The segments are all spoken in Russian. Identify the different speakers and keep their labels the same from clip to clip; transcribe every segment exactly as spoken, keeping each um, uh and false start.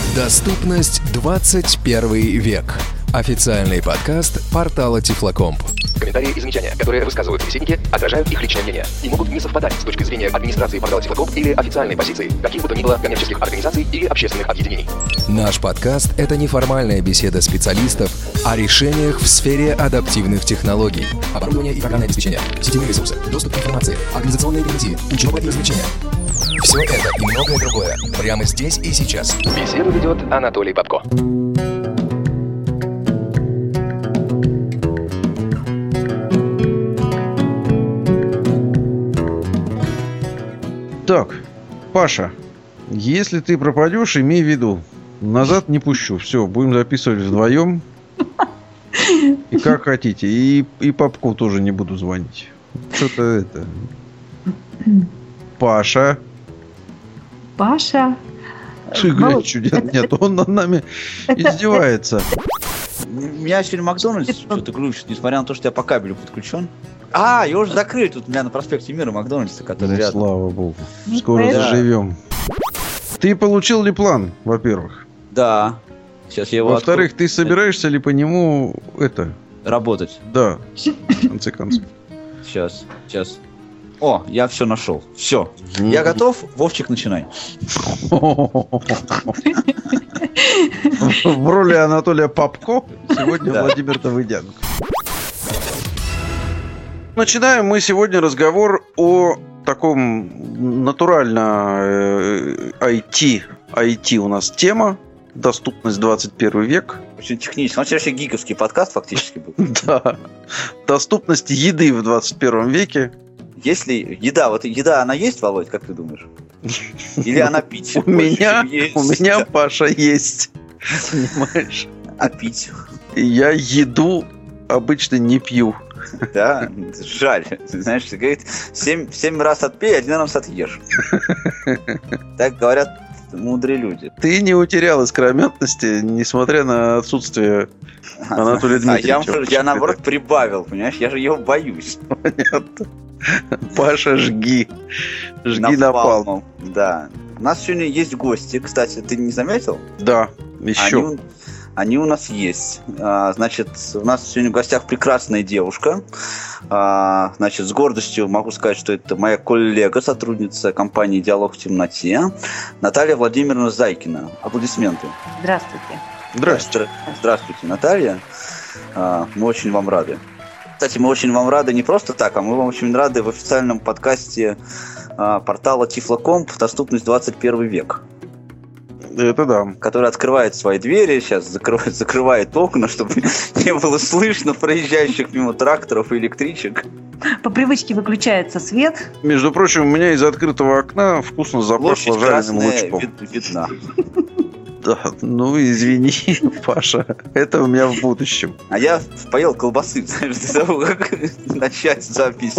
Speaker 1: Доступность двадцать первый век. Официальный подкаст портала Тифлокомп. Комментарии и замечания, которые высказывают собеседники, отражают их личное мнение и могут не совпадать с точки зрения администрации портала Тифлокомп или официальной позиции каких бы то ни было коммерческих организаций или общественных объединений. Наш подкаст – это неформальная беседа специалистов о решениях в сфере адаптивных технологий. Оборудование и программное обеспечение, сетевые ресурсы, доступ к информации, организационные перипетии, учеба и развлечения. Все это и многое другое прямо здесь и сейчас. Беседу ведет Анатолий Попко.
Speaker 2: Так, Паша, если ты пропадешь, имей в виду, назад не пущу. Все, будем записывать вдвоем. И как хотите. И, и Попку тоже не буду звонить. Что-то это... Паша.
Speaker 3: Паша.
Speaker 2: Глядь, чудят. Нет, он над нами издевается.
Speaker 4: У меня сегодня Макдональдс что-то глючит, несмотря на то, что я по кабелю подключен. А, его уже закрыли тут у меня на проспекте Мира Макдональдса, который
Speaker 2: ну,
Speaker 4: рядом.
Speaker 2: Слава богу. Скоро да. заживем. Ты получил ли план, во-первых?
Speaker 4: Да. Сейчас я его
Speaker 2: Во-вторых,
Speaker 4: открою.
Speaker 2: ты собираешься ли по нему это...
Speaker 4: Работать?
Speaker 2: Да, в конце концов.
Speaker 4: Сейчас, сейчас. О, я все нашел. Все. Я готов. Вовчик, начинай.
Speaker 2: В роли Анатолия Попко сегодня да. Владимир Давыденко. Начинаем мы сегодня разговор о таком натурально э, ай ти. ай ти у нас тема. Доступность двадцать первый век.
Speaker 4: Очень технически. Он вообще гиковский подкаст фактически был.
Speaker 2: Да. Доступность еды в двадцать первом веке.
Speaker 4: Если еда, вот еда, она есть, Володь, как ты думаешь? Или она пить?
Speaker 2: У меня, у меня, Паша, есть. Понимаешь?
Speaker 4: А пить?
Speaker 2: Я еду обычно не пью.
Speaker 4: Да, жаль. Знаешь, говорит, семь, семь раз отпей, один раз отъешь. Так говорят мудрые люди.
Speaker 2: Ты не утерял искрометности, несмотря на отсутствие Анатолия Дмитриевича.
Speaker 4: А я, я наоборот прибавил, понимаешь? Я же его боюсь.
Speaker 2: Понятно. Паша, жги. Жги напалм.
Speaker 4: Да. У нас сегодня есть гости, кстати, ты не заметил?
Speaker 2: Да, еще.
Speaker 4: Они, они у нас есть. А, значит, у нас сегодня в гостях прекрасная девушка. А, значит, с гордостью могу сказать, что это моя коллега, сотрудница компании «Диалог в темноте», Наталья Владимировна Зайкина. Аплодисменты.
Speaker 3: Здравствуйте.
Speaker 2: Здравствуйте.
Speaker 4: Здравствуйте, Наталья. А, мы очень вам рады. Кстати, мы очень вам рады не просто так, а мы вам очень рады в официальном подкасте а, портала Тифлокомп «Доступность двадцать первый век».
Speaker 2: Это да.
Speaker 4: Который открывает свои двери, сейчас закрывает, закрывает окна, чтобы не было слышно проезжающих мимо тракторов и электричек.
Speaker 3: По привычке выключается свет.
Speaker 2: Между прочим, у меня из открытого окна вкусно запахло жареным лучком.
Speaker 4: Вид, видна.
Speaker 2: Да, ну извини, Паша, это у меня в будущем.
Speaker 4: А я поел колбасы, знаешь, до того, как начать запись.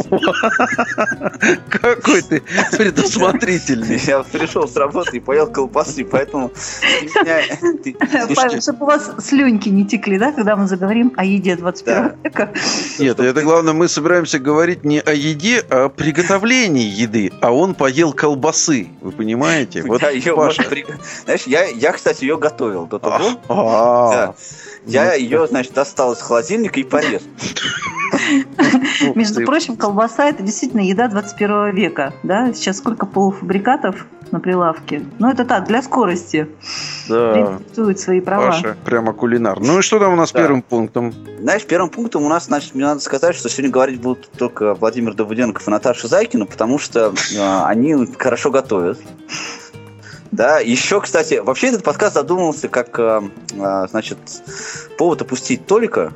Speaker 2: Какой ты предусмотрительный.
Speaker 4: Я пришел с работы и поел колбасы, поэтому...
Speaker 3: Чтобы у вас слюньки не текли, да, когда мы заговорим о еде двадцать первого века?
Speaker 2: Нет, это главное, мы собираемся говорить не о еде, а о приготовлении еды, а он поел колбасы, вы понимаете? Вот, Паша.
Speaker 4: Знаешь, я, кстати, ее готовил до того.
Speaker 2: Да.
Speaker 4: Я ее, значит, достал из холодильника и порезал.
Speaker 3: Между прочим, колбаса – это действительно еда двадцать первого века. Да? Сейчас сколько полуфабрикатов на прилавке. Ну, это так, для скорости.
Speaker 2: Да.
Speaker 3: Реализуют свои права.
Speaker 2: Паша, прямо кулинар. Ну и что там у нас да. первым пунктом?
Speaker 4: Знаешь, первым пунктом у нас, значит, мне надо сказать, что сегодня говорить будут только Владимир Давыденко и Наташа Зайкина, потому что э, они хорошо готовят. Да, еще, кстати, вообще этот подкаст задумывался как, э, э, значит, повод опустить Толика,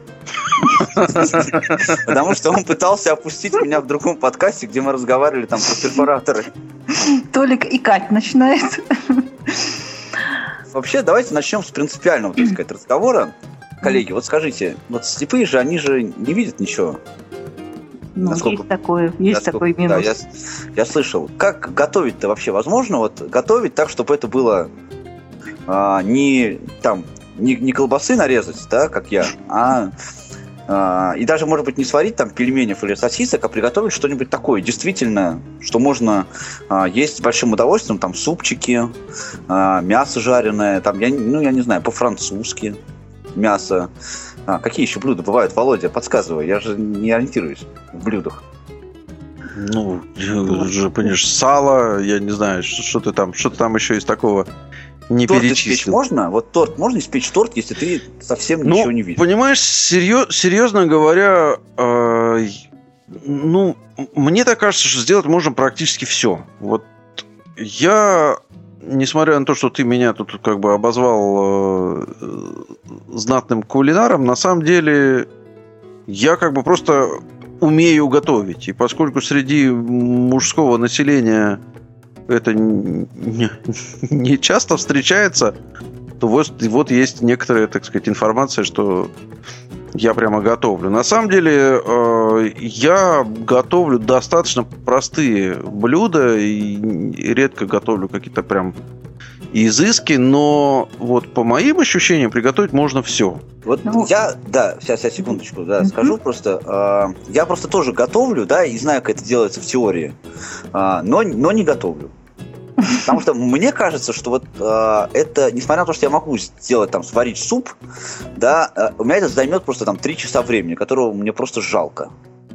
Speaker 4: потому что он пытался опустить меня в другом подкасте, где мы разговаривали там про перфораторы.
Speaker 3: Толик и Кать начинает.
Speaker 4: Вообще, давайте начнем с принципиального, так сказать, разговора. Коллеги, вот скажите, вот слепые же, они же не видят ничего.
Speaker 3: Ну, насколько... есть такое, есть насколько... такой минус.
Speaker 4: Да, я, я слышал. Как готовить-то вообще возможно? Вот готовить так, чтобы это было а, не там не, не колбасы нарезать, да, как я, а И даже, может быть, не сварить там пельменев или сосисок, а приготовить что-нибудь такое, действительно, что можно есть с большим удовольствием, там супчики, мясо жареное, там, я, ну, я не знаю, по-французски мясо. А, какие еще блюда бывают, Володя? Подсказывай, я же не ориентируюсь в блюдах.
Speaker 2: Ну, же, понимаешь, сало, я не знаю, что ты там, что ты там еще из такого не
Speaker 4: торт
Speaker 2: перечислил.
Speaker 4: Испечь можно? Вот торт, можно испечь торт, если ты совсем
Speaker 2: ну,
Speaker 4: ничего не видишь?
Speaker 2: Понимаешь, серьез, серьезно говоря, э, ну, мне так кажется, что сделать можно практически все. Вот я, несмотря на то, что ты меня тут как бы обозвал э, знатным кулинаром, на самом деле я как бы просто умею готовить. И поскольку среди мужского населения это не, не часто встречается, то вот, вот есть некоторая, так сказать, информация, что я прямо готовлю. На самом деле э, я готовлю достаточно простые блюда и редко готовлю какие-то прям изыски, но вот по моим ощущениям приготовить можно все.
Speaker 4: Вот
Speaker 3: ну,
Speaker 4: я, да, сейчас, сейчас, секундочку, да, mm-hmm. скажу просто. Э, я просто тоже готовлю, да, и знаю, как это делается в теории, э, но, но не готовлю. Потому что мне кажется, что вот э, это, несмотря на то, что я могу сделать, там, сварить суп, да, э, у меня это займет просто там три часа времени, которого мне просто жалко.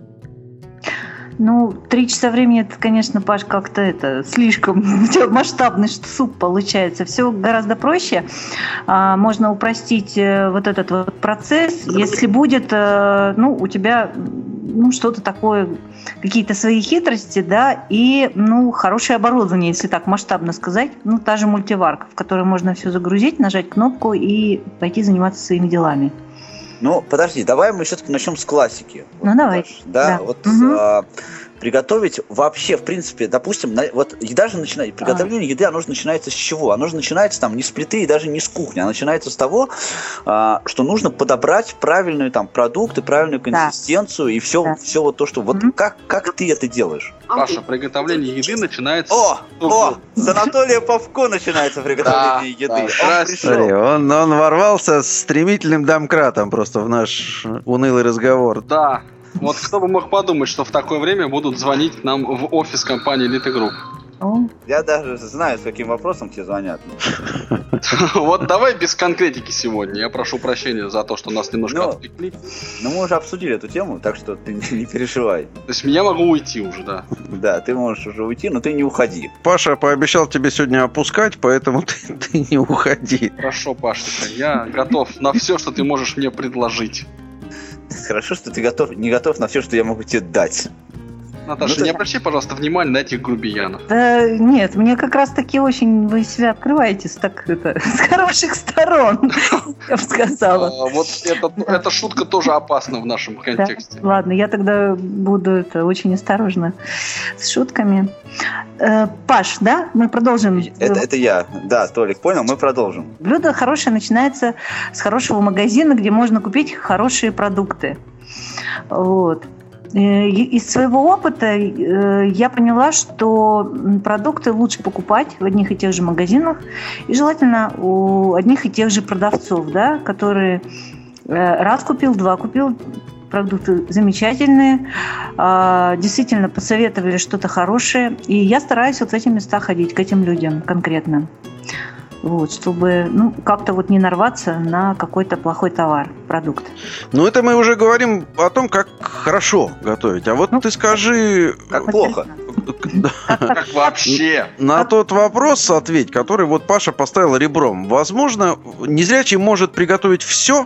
Speaker 3: Ну, три часа времени, это, конечно, Паш, как-то это слишком масштабный суп получается. Все гораздо проще. А, можно упростить вот этот вот процесс. Если будет, ну, у тебя ну, что-то такое, какие-то свои хитрости, да, и, ну, хорошее оборудование, если так масштабно сказать. Ну, та же мультиварка, в которой можно все загрузить, нажать кнопку и пойти заниматься своими делами.
Speaker 4: Ну, подожди, давай мы все-таки начнем с классики.
Speaker 3: Ну, вот, давай.
Speaker 4: Да,
Speaker 3: да.
Speaker 4: вот
Speaker 3: угу.
Speaker 4: а, приготовить вообще, в принципе, допустим, на, вот еда же начинает, приготовление а. еды, оно же начинается с чего? Оно же начинается там не с плиты и даже не с кухни, оно начинается с того, а, что нужно подобрать правильные там продукты, правильную консистенцию да. и все, да. все вот то, что... Вот угу. как, как ты это делаешь?
Speaker 5: Паша, приготовление еды начинается...
Speaker 4: О, о, с Анатолия Павко начинается приготовление
Speaker 5: да,
Speaker 4: еды.
Speaker 5: Да,
Speaker 4: он, пришел.
Speaker 2: Он, он ворвался с стремительным домкратом просто в наш унылый разговор.
Speaker 5: Да, вот кто бы мог подумать, что в такое время будут звонить нам в офис компании Elite Group.
Speaker 4: Я даже знаю, с каким вопросом тебе звонят.
Speaker 5: Вот давай без конкретики сегодня. Я прошу прощения за то, что нас немножко отвлекли.
Speaker 4: Ну, мы уже обсудили эту тему, так что ты не переживай.
Speaker 5: То есть я могу уйти уже, да?
Speaker 4: Да, ты можешь уже уйти, но ты не уходи.
Speaker 2: Паша пообещал тебе сегодня опускать, поэтому ты, ты не уходи.
Speaker 5: Хорошо, Пашечка, я готов на все, что ты можешь мне предложить.
Speaker 4: Хорошо, что ты готов, не готов на все, что я могу тебе дать.
Speaker 5: Наташа,
Speaker 4: ну,
Speaker 5: не
Speaker 4: ты...
Speaker 5: обращай, пожалуйста, внимания на этих грубиянов.
Speaker 3: Да, нет, мне как раз таки очень вы себя открываете с, так, это, с хороших сторон, я бы сказала.
Speaker 5: Вот эта шутка тоже опасна в нашем контексте.
Speaker 3: Ладно, я тогда буду это очень осторожна с шутками. Паш, да, мы продолжим.
Speaker 4: Это, это я, да, Толик, понял, мы продолжим.
Speaker 3: Блюдо хорошее начинается с хорошего магазина, где можно купить хорошие продукты. Вот. Из своего опыта я поняла, что продукты лучше покупать в одних и тех же магазинах и желательно у одних и тех же продавцов, да, которые раз купил, два купил, продукты замечательные, действительно посоветовали что-то хорошее, и я стараюсь вот в эти места ходить, к этим людям конкретно. Вот, чтобы ну, как-то вот не нарваться на какой-то плохой товар, продукт.
Speaker 2: Ну, это мы уже говорим о том, как хорошо готовить. А вот ну, ты скажи...
Speaker 4: Как плохо.
Speaker 5: Как вообще?
Speaker 2: На тот вопрос ответь, который вот Паша поставил ребром. Возможно, незрячий может приготовить все?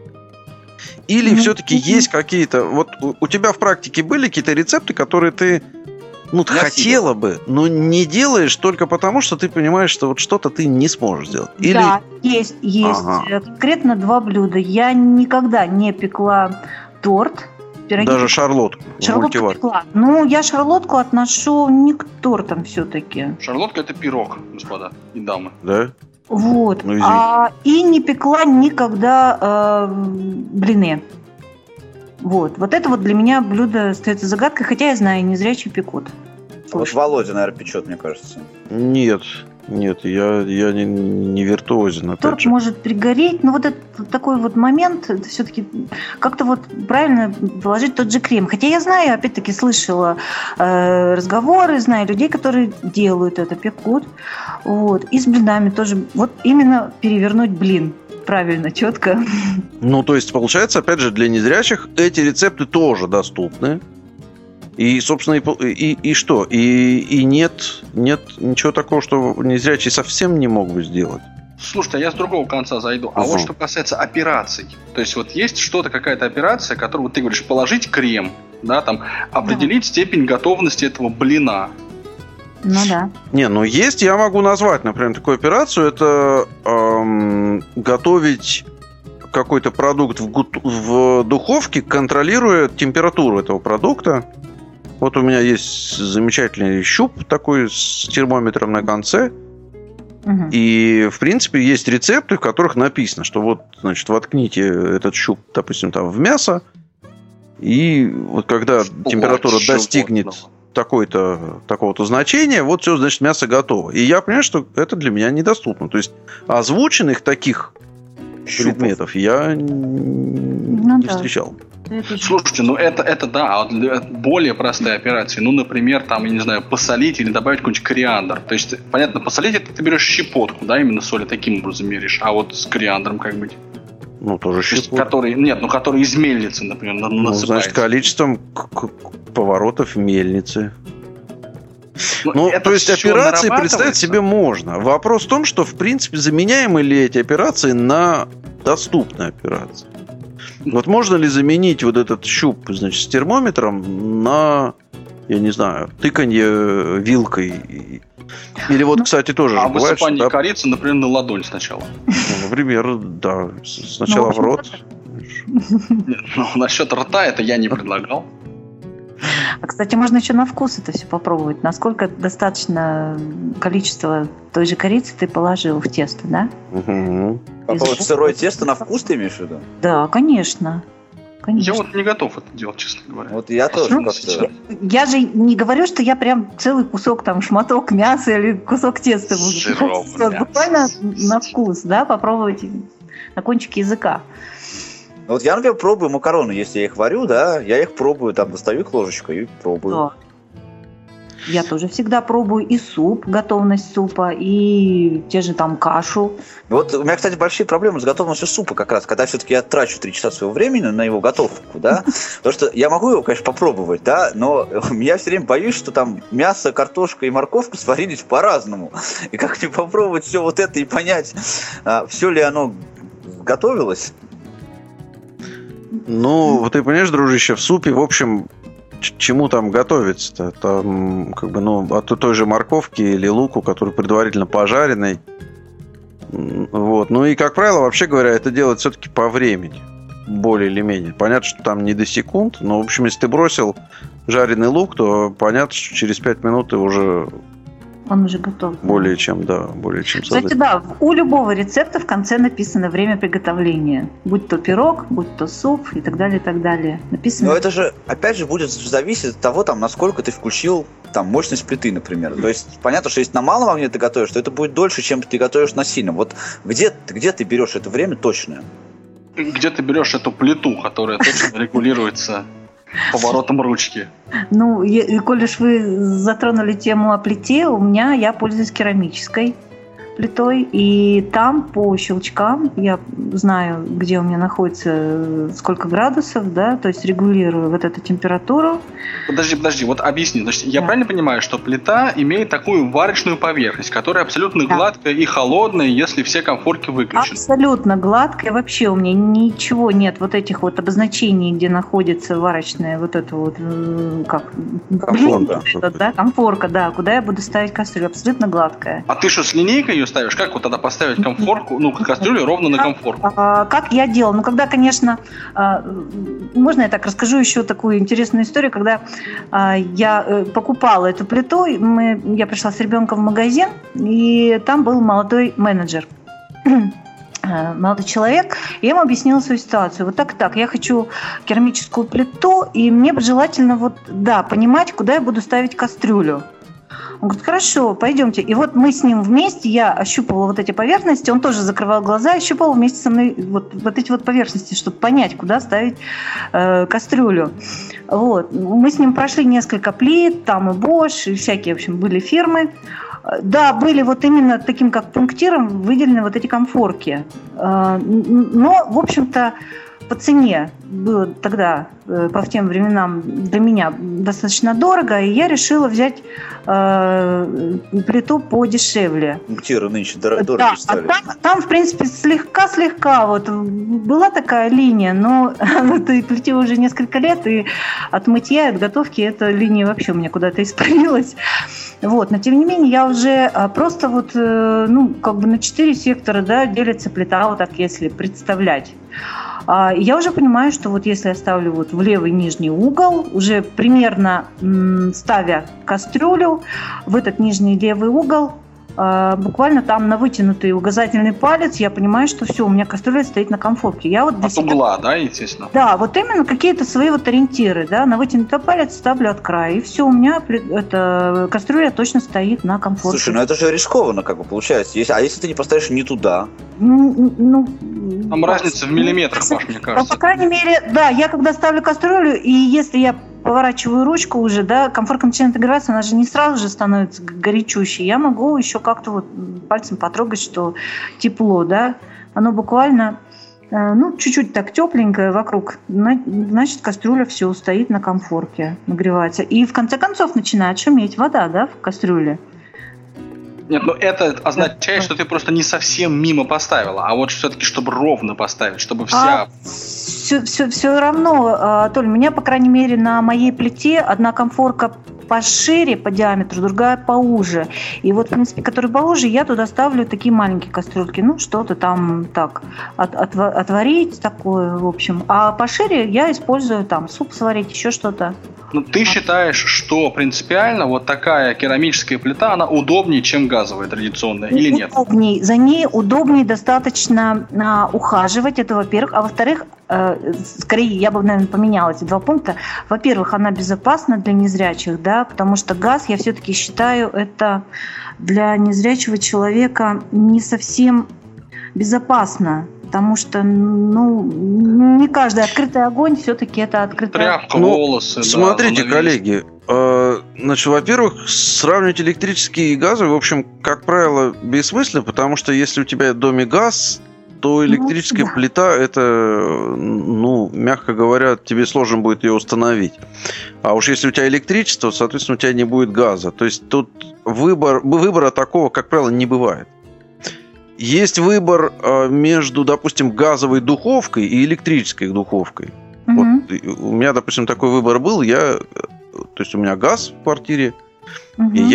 Speaker 2: Или все-таки есть какие-то... Вот у тебя в практике были какие-то рецепты, которые ты... Ну, ты хотела бы, но не делаешь только потому, что ты понимаешь, что вот что-то ты не сможешь сделать. Или...
Speaker 3: Да, есть, есть. Ага. Конкретно два блюда. Я никогда не пекла торт.
Speaker 2: Пироги. Даже шарлотку.
Speaker 3: Шарлотку пекла. Ну, я шарлотку отношу не к тортам все-таки.
Speaker 5: Шарлотка – это пирог, господа и дамы.
Speaker 2: Да?
Speaker 3: Вот. Ну, а, и не пекла никогда э, блины. Вот. Вот это вот для меня блюдо остается загадкой, хотя я знаю, незрячие пекут.
Speaker 4: Вот Володя, наверное, печет, мне кажется.
Speaker 2: Нет, Нет, я, я не, не виртуозен, опять
Speaker 3: Торт
Speaker 2: же.
Speaker 3: может пригореть, но вот этот такой вот момент, это все-таки как-то вот правильно положить тот же крем. Хотя я знаю, опять-таки слышала э, разговоры, знаю людей, которые делают это, пекут. Вот. И с блинами тоже. Вот именно перевернуть блин. Правильно, четко.
Speaker 2: Ну, то есть, получается, опять же, для незрячих эти рецепты тоже доступны. И, собственно, и, и, и что? И, и нет, нет ничего такого, что незрячий совсем не мог бы сделать.
Speaker 5: Слушайте, а я с другого конца зайду. А
Speaker 2: Угу.
Speaker 5: вот что касается операций. То есть вот есть что-то, какая-то операция, которую вот ты говоришь, положить крем, да, там, определить степень готовности этого блина.
Speaker 3: Ну да.
Speaker 2: Не, ну есть, я могу назвать, например, такую операцию. Это эм, готовить какой-то продукт в, гу- в духовке, контролируя температуру этого продукта. Вот у меня есть замечательный щуп такой с термометром на конце.
Speaker 3: Угу.
Speaker 2: И, в принципе, есть рецепты, в которых написано, что вот, значит, воткните этот щуп, допустим, там в мясо, и вот когда температура
Speaker 5: Очень
Speaker 2: достигнет
Speaker 5: животного.
Speaker 2: такой-то, такого-то значения, вот все, значит, мясо готово. И я понимаю, что это для меня недоступно. То есть озвученных таких
Speaker 4: Щупов.
Speaker 2: предметов я н-
Speaker 3: Ну
Speaker 2: не
Speaker 3: да.
Speaker 2: встречал.
Speaker 3: Это же-
Speaker 5: Слушайте, ну это, это да, а вот для более простые операции, ну, например, там, я не знаю, посолить или добавить какой-нибудь кориандр. То есть, понятно, посолить это ты берешь щепотку, да, именно соли таким образом меришь, а вот с кориандром как быть?
Speaker 2: Ну, тоже
Speaker 5: То есть,
Speaker 2: щепот.
Speaker 5: который, нет, ну, который из мельницы, например, на-
Speaker 2: Ну,
Speaker 5: насыпается.
Speaker 2: значит, количеством к- к- поворотов мельницы.
Speaker 5: Ну,
Speaker 2: Ну,
Speaker 5: это
Speaker 2: то есть
Speaker 5: всё
Speaker 2: операции представить
Speaker 5: нарабатывается?
Speaker 2: себе можно. Вопрос в том, что, в принципе, заменяемы ли эти операции на доступные операции. Вот можно ли заменить вот этот щуп, значит, с термометром на, я не знаю, тыканье вилкой? Или вот,
Speaker 3: Ну,
Speaker 2: кстати, тоже
Speaker 5: А
Speaker 2: же бывает, что,
Speaker 5: высыпание
Speaker 2: да,
Speaker 5: корицы, например, на ладонь сначала.
Speaker 2: ну, например, да, с- сначала
Speaker 3: Ну,
Speaker 2: в
Speaker 3: в общем,
Speaker 2: рот.
Speaker 5: Ну, насчет рта это я не предлагал.
Speaker 3: А, кстати, можно еще на вкус это все попробовать. Насколько достаточно количества той же корицы ты положил в тесто, да?
Speaker 2: Мгм.
Speaker 4: Попробовать сырое тесто на вкус, ты имеешь в виду?
Speaker 3: Да, конечно.
Speaker 5: Я
Speaker 3: Конечно.
Speaker 5: вот не готов это делать, честно говоря.
Speaker 4: Вот я тоже
Speaker 3: Ну,
Speaker 4: как-то...
Speaker 3: Я же не говорю, что я прям целый кусок, там, шматок мяса или кусок теста буду.
Speaker 5: Сырого
Speaker 3: Вот
Speaker 5: мяса.
Speaker 3: буквально на вкус, да, попробовать на кончике языка.
Speaker 4: Вот я, например, пробую макароны, если я их варю, да, я их пробую, там, достаю их ложечкой и пробую.
Speaker 3: Да. Я тоже всегда пробую и суп, готовность супа, и те же там кашу.
Speaker 4: Вот у меня, кстати, большие проблемы с готовностью супа как раз, когда все-таки я трачу три часа своего времени на его готовку, да, потому что я могу его, конечно, попробовать, да, но я все время боюсь, что там мясо, картошка и морковка сварились по-разному, и как мне попробовать все вот это и понять, все ли оно готовилось.
Speaker 2: Ну, вот ты понимаешь, дружище, в супе, в общем, ч- чему там готовиться-то? Там, как бы, ну, от той же морковки или луку, который предварительно пожаренный. М, Вот. Ну и, как правило, вообще говоря, это делать все-таки по времени. Более или менее. Понятно, что там не до секунд, но, в общем, если ты бросил жареный лук, то понятно, что через пять минут ты уже
Speaker 3: Он уже готов.
Speaker 2: более чем, да, более чем
Speaker 3: Кстати,
Speaker 2: создать.
Speaker 3: да, у любого рецепта в конце написано время приготовления. Будь то пирог, будь то суп и так далее, и так далее. Написано.
Speaker 4: Но это же, опять же, будет зависеть от того, там, насколько ты включил там, мощность плиты, например. То есть, понятно, что если на малом огне ты готовишь, то это будет дольше, чем ты готовишь на сильном. Вот где, где ты берешь это время точное?
Speaker 5: Где ты берешь эту плиту, которая точно регулируется поворотом ручки?
Speaker 3: Ну, е- и коль уж вы затронули тему о плите, у меня я пользуюсь керамической плитой, и там по щелчкам я знаю, где у меня находится сколько градусов, да, то есть регулирую вот эту температуру.
Speaker 5: Подожди, подожди, вот объясни. Значит, я
Speaker 3: Да.
Speaker 5: правильно понимаю, что плита имеет такую варочную поверхность, которая абсолютно
Speaker 3: Да.
Speaker 5: гладкая и холодная, если все комфорки выключены?
Speaker 3: Абсолютно гладкая, вообще у меня ничего нет вот этих вот обозначений, где находится варочная вот эта вот, э, как, блин,
Speaker 4: Комфорка.
Speaker 3: это, да, комфорка, да, куда я буду ставить кастрюлю, абсолютно гладкая.
Speaker 5: А ты что, с линейкой ее ставишь? Как вот тогда поставить комфорку, ну, кастрюлю ровно на комфорку?
Speaker 3: А, Как я делала? Ну, когда, конечно, а, можно я так расскажу еще такую интересную историю, когда а, я э, покупала эту плиту, и мы, я пришла с ребенком в магазин, и там был молодой менеджер. э, молодой человек, и я ему объяснила свою ситуацию. Вот так и так, я хочу керамическую плиту, и мне бы желательно вот, да, понимать, куда я буду ставить кастрюлю. Он говорит, хорошо, пойдемте. И вот мы с ним вместе, я ощупывала вот эти поверхности, он тоже закрывал глаза, ощупывал вместе со мной вот, вот эти вот поверхности, чтобы понять, куда ставить э, кастрюлю. Вот. Мы с ним прошли несколько плит, там и Bosch, и всякие, в общем, были фирмы. Да, были вот именно таким как пунктиром выделены вот эти комфорки. Но, в общем-то, по цене было тогда, по тем временам, для меня достаточно дорого, и я решила взять э, плиту подешевле.
Speaker 4: Пунктиры нынче дорого
Speaker 3: да,
Speaker 4: стали.
Speaker 3: А там, там, в принципе, слегка-слегка вот была такая линия, но этой плите уже несколько лет, и от мытья, от готовки эта линия вообще у меня куда-то испарилась. Вот, но тем не менее я уже просто вот, ну, как бы на четыре сектора, да, делится плита, вот так, если представлять. И я уже понимаю, что вот если я ставлю вот в левый нижний угол, уже примерно м, ставя кастрюлю в этот нижний левый угол, э, буквально там на вытянутый указательный палец, я понимаю, что все, у меня кастрюля стоит на комфорке. Я вот
Speaker 5: от себя... угла, да, естественно?
Speaker 3: Да, вот именно какие-то свои вот ориентиры, да, на вытянутый палец ставлю от края, и все, у меня эта кастрюля точно стоит на комфорке.
Speaker 4: Слушай, ну это же рискованно, как бы получается. Если, а если ты не поставишь не туда?
Speaker 3: Ну, ну
Speaker 5: там разница в миллиметрах, Паш, мне кажется.
Speaker 3: По крайней мере, да, я когда ставлю кастрюлю, и если я поворачиваю ручку уже, да, комфорка начинает нагреваться, она же не сразу же становится горячущей. Я могу еще как-то вот пальцем потрогать, что тепло, да. Оно буквально, ну, чуть-чуть так тепленькое вокруг. Значит, кастрюля все стоит на комфорке, нагревается. И в конце концов начинает шуметь вода, да, в кастрюле.
Speaker 5: Нет, ну это означает, что ты просто не совсем мимо поставила, а вот все-таки, чтобы ровно поставить, чтобы вся...
Speaker 3: А, все, все, все равно, Толь, у меня, по крайней мере, на моей плите одна комфорка пошире по диаметру, другая поуже. И вот, в принципе, который поуже, я туда ставлю такие маленькие кастрюльки. Ну, что-то там так от, от, отварить такое, в общем. А пошире я использую там суп сварить, еще что-то.
Speaker 5: Ну, ты считаешь, что принципиально вот такая керамическая плита, она удобнее, чем газовая традиционная, или нет?
Speaker 3: Удобней. За ней удобнее достаточно а, ухаживать, это во-первых. А во-вторых, э, скорее я бы, наверное, поменяла эти два пункта. Во-первых, она безопасна для незрячих, да, потому что газ, я все-таки считаю, это для незрячего человека не совсем безопасно. Потому что, ну, не каждый открытый огонь все-таки это открытый огонь.
Speaker 5: Тряпка, волосы.
Speaker 2: Ну, смотрите, да, коллеги, э, значит, во-первых, сравнивать электрические и газовые, в общем, как правило, бессмысленно, потому что если у тебя в доме газ, то электрическая ну, да. плита, это, ну, мягко говоря, тебе сложно будет ее установить. А уж если у тебя электричество, соответственно, у тебя не будет газа. То есть тут выбор, выбора такого, как правило, не бывает. Есть выбор между, допустим, газовой духовкой и электрической духовкой. Mm-hmm. Вот, у меня, допустим, такой выбор был. Я, то есть у меня газ в квартире, mm-hmm. и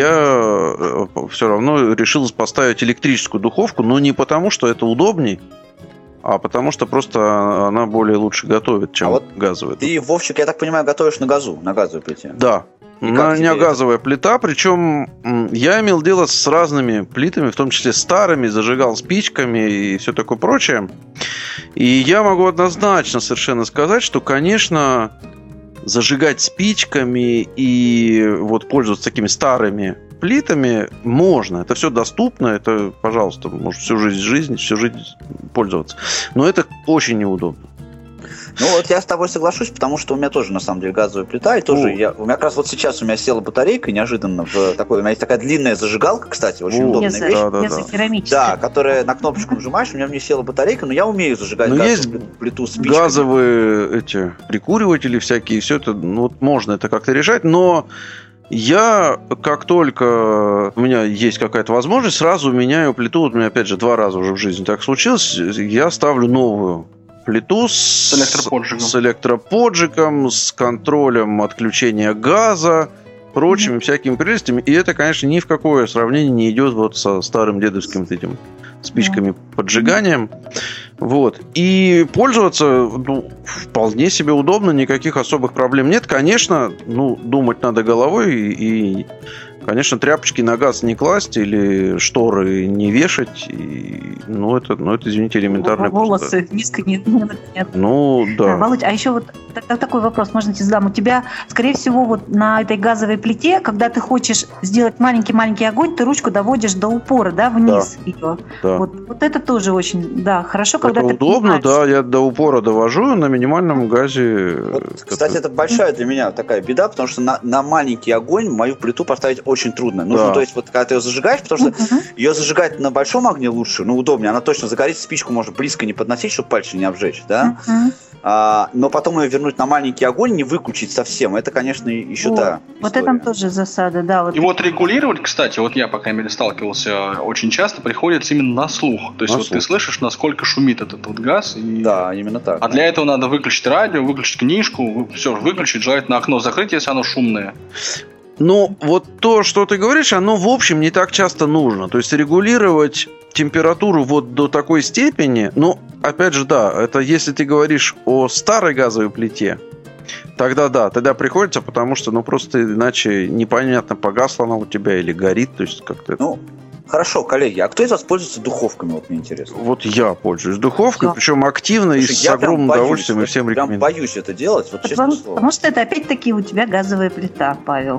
Speaker 2: я все равно решил поставить электрическую духовку, но не потому, что это удобней, а потому что просто она более лучше готовит, чем а вот газовая.
Speaker 4: Ты, Вовчик, я так понимаю, готовишь на газу, на газовой плите?
Speaker 2: Да. На неогазовая плита, причем я имел дело с разными плитами, в том числе старыми, зажигал спичками и все такое прочее. И я могу однозначно совершенно сказать, что, конечно, зажигать спичками и вот пользоваться такими старыми плитами можно. Это все доступно, это, пожалуйста, может всю жизнь жизнь, всю жизнь пользоваться. Но это очень неудобно.
Speaker 4: Ну вот я с тобой соглашусь, потому что у меня тоже на самом деле газовая плита, и тоже я, у меня как раз вот сейчас у меня села батарейка неожиданно в такой, у меня есть такая длинная зажигалка, кстати, очень О, удобная вещь.
Speaker 2: Да, да, да.
Speaker 4: да, которая на кнопочку нажимаешь, у меня в ней села батарейка, но я умею зажигать
Speaker 2: но
Speaker 4: газовую
Speaker 2: есть
Speaker 4: плиту с спичками.
Speaker 2: Газовые эти прикуриватели всякие, все это, ну, вот можно это как-то решать, но я, как только у меня есть какая-то возможность, сразу меняю плиту. Вот у меня, опять же, два раза уже в жизни так случилось, я ставлю новую плиту с,
Speaker 5: с электроподжигом.
Speaker 2: с электроподжигом, с контролем отключения газа, прочими mm-hmm. всякими прелестями. И это, конечно, ни в какое сравнение не идет вот со старым дедовским вот этим спичками mm-hmm. поджиганием. Вот. И пользоваться, ну, вполне себе удобно, никаких особых проблем нет. Конечно, ну, думать надо головой и, и конечно, тряпочки на газ не класть или шторы не вешать. И, ну, это, ну, это, извините, элементарно.
Speaker 3: Волосы низко не, не, нет.
Speaker 2: Ну, да.
Speaker 3: Володь, а еще вот тогда такой вопрос, можно тебе задам. У тебя, скорее всего, вот на этой газовой плите, когда ты хочешь сделать маленький-маленький огонь, ты ручку доводишь до упора, да, вниз
Speaker 2: да.
Speaker 3: ее.
Speaker 2: Да.
Speaker 3: Вот, вот это тоже очень, да, хорошо, когда
Speaker 2: это
Speaker 3: ты
Speaker 2: удобно,
Speaker 3: понимаешь.
Speaker 2: да, я до упора довожу на минимальном газе.
Speaker 4: Вот, кстати, это большая для меня такая беда, потому что на, на маленький огонь мою плиту поставить очень трудно. Нужно,
Speaker 2: да.
Speaker 4: то есть, вот когда ты ее зажигаешь, потому что
Speaker 3: Uh-huh.
Speaker 4: ее зажигать на большом огне лучше, ну, удобнее, она точно загорится, спичку можно близко не подносить, чтобы пальцы не обжечь, да?
Speaker 3: Uh-huh.
Speaker 4: А, но потом ее вернуть на маленький огонь, не выключить совсем, это, конечно, еще
Speaker 3: Вот,
Speaker 4: та
Speaker 3: вот это тоже засада, да. Вот.
Speaker 5: И вот регулировать, кстати, вот я, по крайней мере, сталкивался, очень часто приходится именно на слух. То есть
Speaker 2: На
Speaker 5: вот
Speaker 2: слух.
Speaker 5: ты слышишь, насколько шумит этот вот газ. И...
Speaker 4: Да, именно так.
Speaker 5: А для этого надо выключить радио, выключить книжку, все, выключить, желательно окно закрыть, если оно шумное.
Speaker 2: Ну, вот то, что ты говоришь, оно, в общем, не так часто нужно. То есть регулировать температуру вот до такой степени, ну, опять же, да, это если ты говоришь о старой газовой плите, тогда да, тогда приходится, потому что, ну, просто иначе непонятно, погасла она у тебя или горит, то есть как-то...
Speaker 4: Ну, хорошо, коллеги, а кто из вас пользуется духовками, вот мне интересно?
Speaker 2: Вот я пользуюсь духовкой,
Speaker 3: Да.
Speaker 2: причем активно и
Speaker 4: Слушай,
Speaker 2: с
Speaker 4: я прям
Speaker 2: огромным
Speaker 4: боюсь,
Speaker 2: удовольствием, и
Speaker 4: вот
Speaker 2: всем
Speaker 4: прям
Speaker 2: рекомендую.
Speaker 4: боюсь это делать, вот честное
Speaker 3: Потому,
Speaker 4: слово.
Speaker 3: потому что это опять-таки у тебя газовая плита, Павел.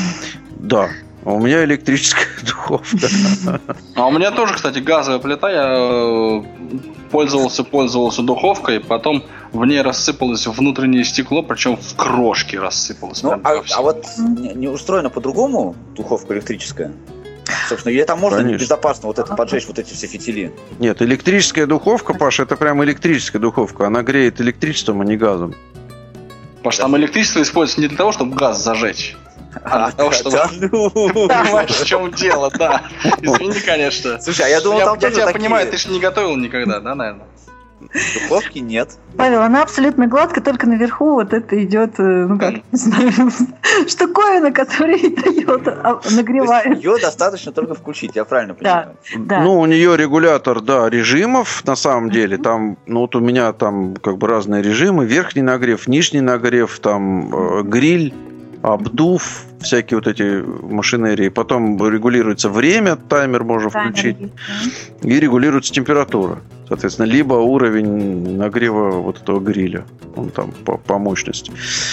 Speaker 2: Да, а у меня электрическая духовка.
Speaker 5: А у меня тоже, кстати, газовая плита. Я э, пользовался, пользовался духовкой, потом в ней рассыпалось внутреннее стекло, причем в крошки рассыпалось.
Speaker 4: Ну,
Speaker 5: прям
Speaker 4: а,
Speaker 5: во всем.
Speaker 4: а вот не, не устроена по-другому духовка электрическая? Собственно, или там можно
Speaker 2: Конечно.
Speaker 4: безопасно вот это поджечь, вот эти все фитили?
Speaker 2: Нет, электрическая духовка, Паша, это прям электрическая духовка. Она греет электричеством, а не газом.
Speaker 5: Потому что там электричество используется не для того, чтобы газ зажечь, а для того, чтобы...
Speaker 4: да ну.
Speaker 5: Понимаешь, в чем дело, да. Извини, конечно.
Speaker 4: Слушай, а я думал,
Speaker 5: Я,
Speaker 4: там
Speaker 5: я
Speaker 4: тоже
Speaker 5: тебя
Speaker 4: такие
Speaker 5: понимаю, ты же не готовил никогда, да, наверное?
Speaker 4: духовки нет.
Speaker 3: Павел, она абсолютно гладкая, только наверху вот это идет, э, ну как, не знаю, штуковина, которая дает, а, нагревает.
Speaker 4: Ее достаточно только включить, я правильно
Speaker 3: Да,
Speaker 4: понимаю?
Speaker 3: да.
Speaker 2: Ну, у нее регулятор, да, режимов, на самом деле. Там, ну, вот у меня там как бы разные режимы. Верхний нагрев, нижний нагрев, там э, гриль, обдув, всякие вот эти машинерии. Потом регулируется время, таймер можно
Speaker 3: Таймер
Speaker 2: включить.
Speaker 3: есть,
Speaker 2: И регулируется температура. Соответственно, либо уровень нагрева вот этого гриля. Он там по, по мощности.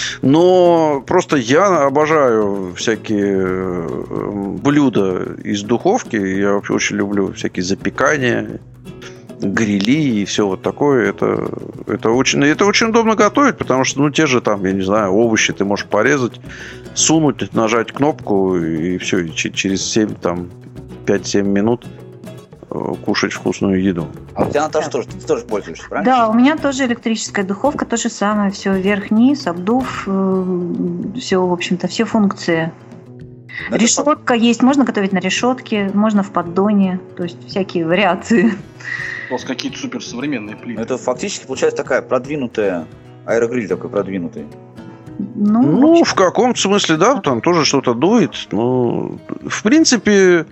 Speaker 2: Но просто я обожаю всякие э, блюда из духовки. Я вообще очень люблю всякие запекания, грили и все вот такое. Это, это, очень, это очень удобно готовить, потому что, ну, те же там, я не знаю, овощи ты можешь порезать, сунуть, нажать кнопку, и все, и через семь, там, пять-семь минут кушать вкусную еду.
Speaker 4: А у тебя, Наташа, тоже, ты тоже пользуешься, правильно?
Speaker 3: Да, у меня тоже электрическая духовка, то же самое, все вверх-вниз, обдув, все, в общем-то, все функции.
Speaker 4: Это
Speaker 3: Решетка есть, можно готовить на решетке, можно в поддоне, то есть всякие вариации.
Speaker 5: У вас какие-то суперсовременные плиты.
Speaker 4: Это фактически получается такая продвинутая аэрогриль такой продвинутый.
Speaker 3: Ну, в
Speaker 2: Ну,
Speaker 3: общем,
Speaker 2: в каком-то смысле, да, там тоже что-то дует. Ну, в принципе,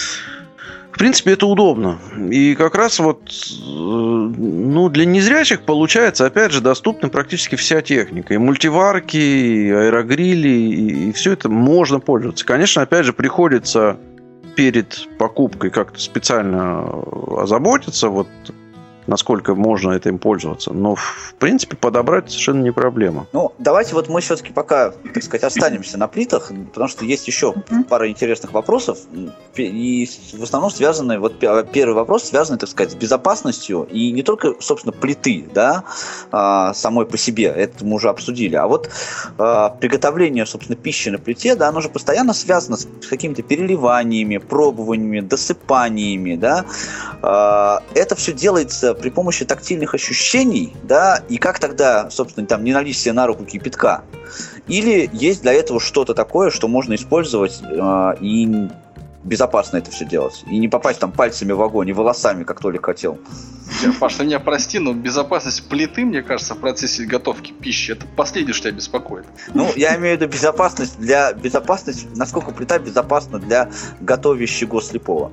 Speaker 2: в принципе, это удобно. И как раз вот, э, ну, для незрячих получается, опять же, доступна практически вся техника. И мультиварки, и аэрогрили, и, и все это можно пользоваться. Конечно, опять же, приходится перед покупкой как-то специально озаботиться, вот, насколько можно этим пользоваться. Но, в принципе, подобрать совершенно не проблема.
Speaker 4: Ну, давайте вот мы все-таки пока, так сказать, останемся на плитах, потому что есть еще
Speaker 3: Мгм.
Speaker 4: пара интересных вопросов, и в основном связаны, вот первый вопрос связанный, так сказать, с безопасностью, и не только, собственно, плиты, да, а, самой по себе, это мы уже обсудили, а вот а, приготовление, собственно, пищи на плите, да, оно же постоянно связано с какими-то переливаниями, пробованиями, досыпаниями, да, А, это все делается при помощи тактильных ощущений, да, и как тогда, собственно, там не налить себе на руку кипятка? Или есть для этого что-то такое, что можно использовать э, и безопасно это все делать? И не попасть там пальцами в огонь и волосами, как Толик хотел.
Speaker 5: Паш, ты меня прости, но безопасность плиты, мне кажется, в процессе готовки пищи, это последнее, что тебя беспокоит.
Speaker 4: Ну, я имею в виду безопасность для безопасности, насколько плита безопасна для готовящего слепого.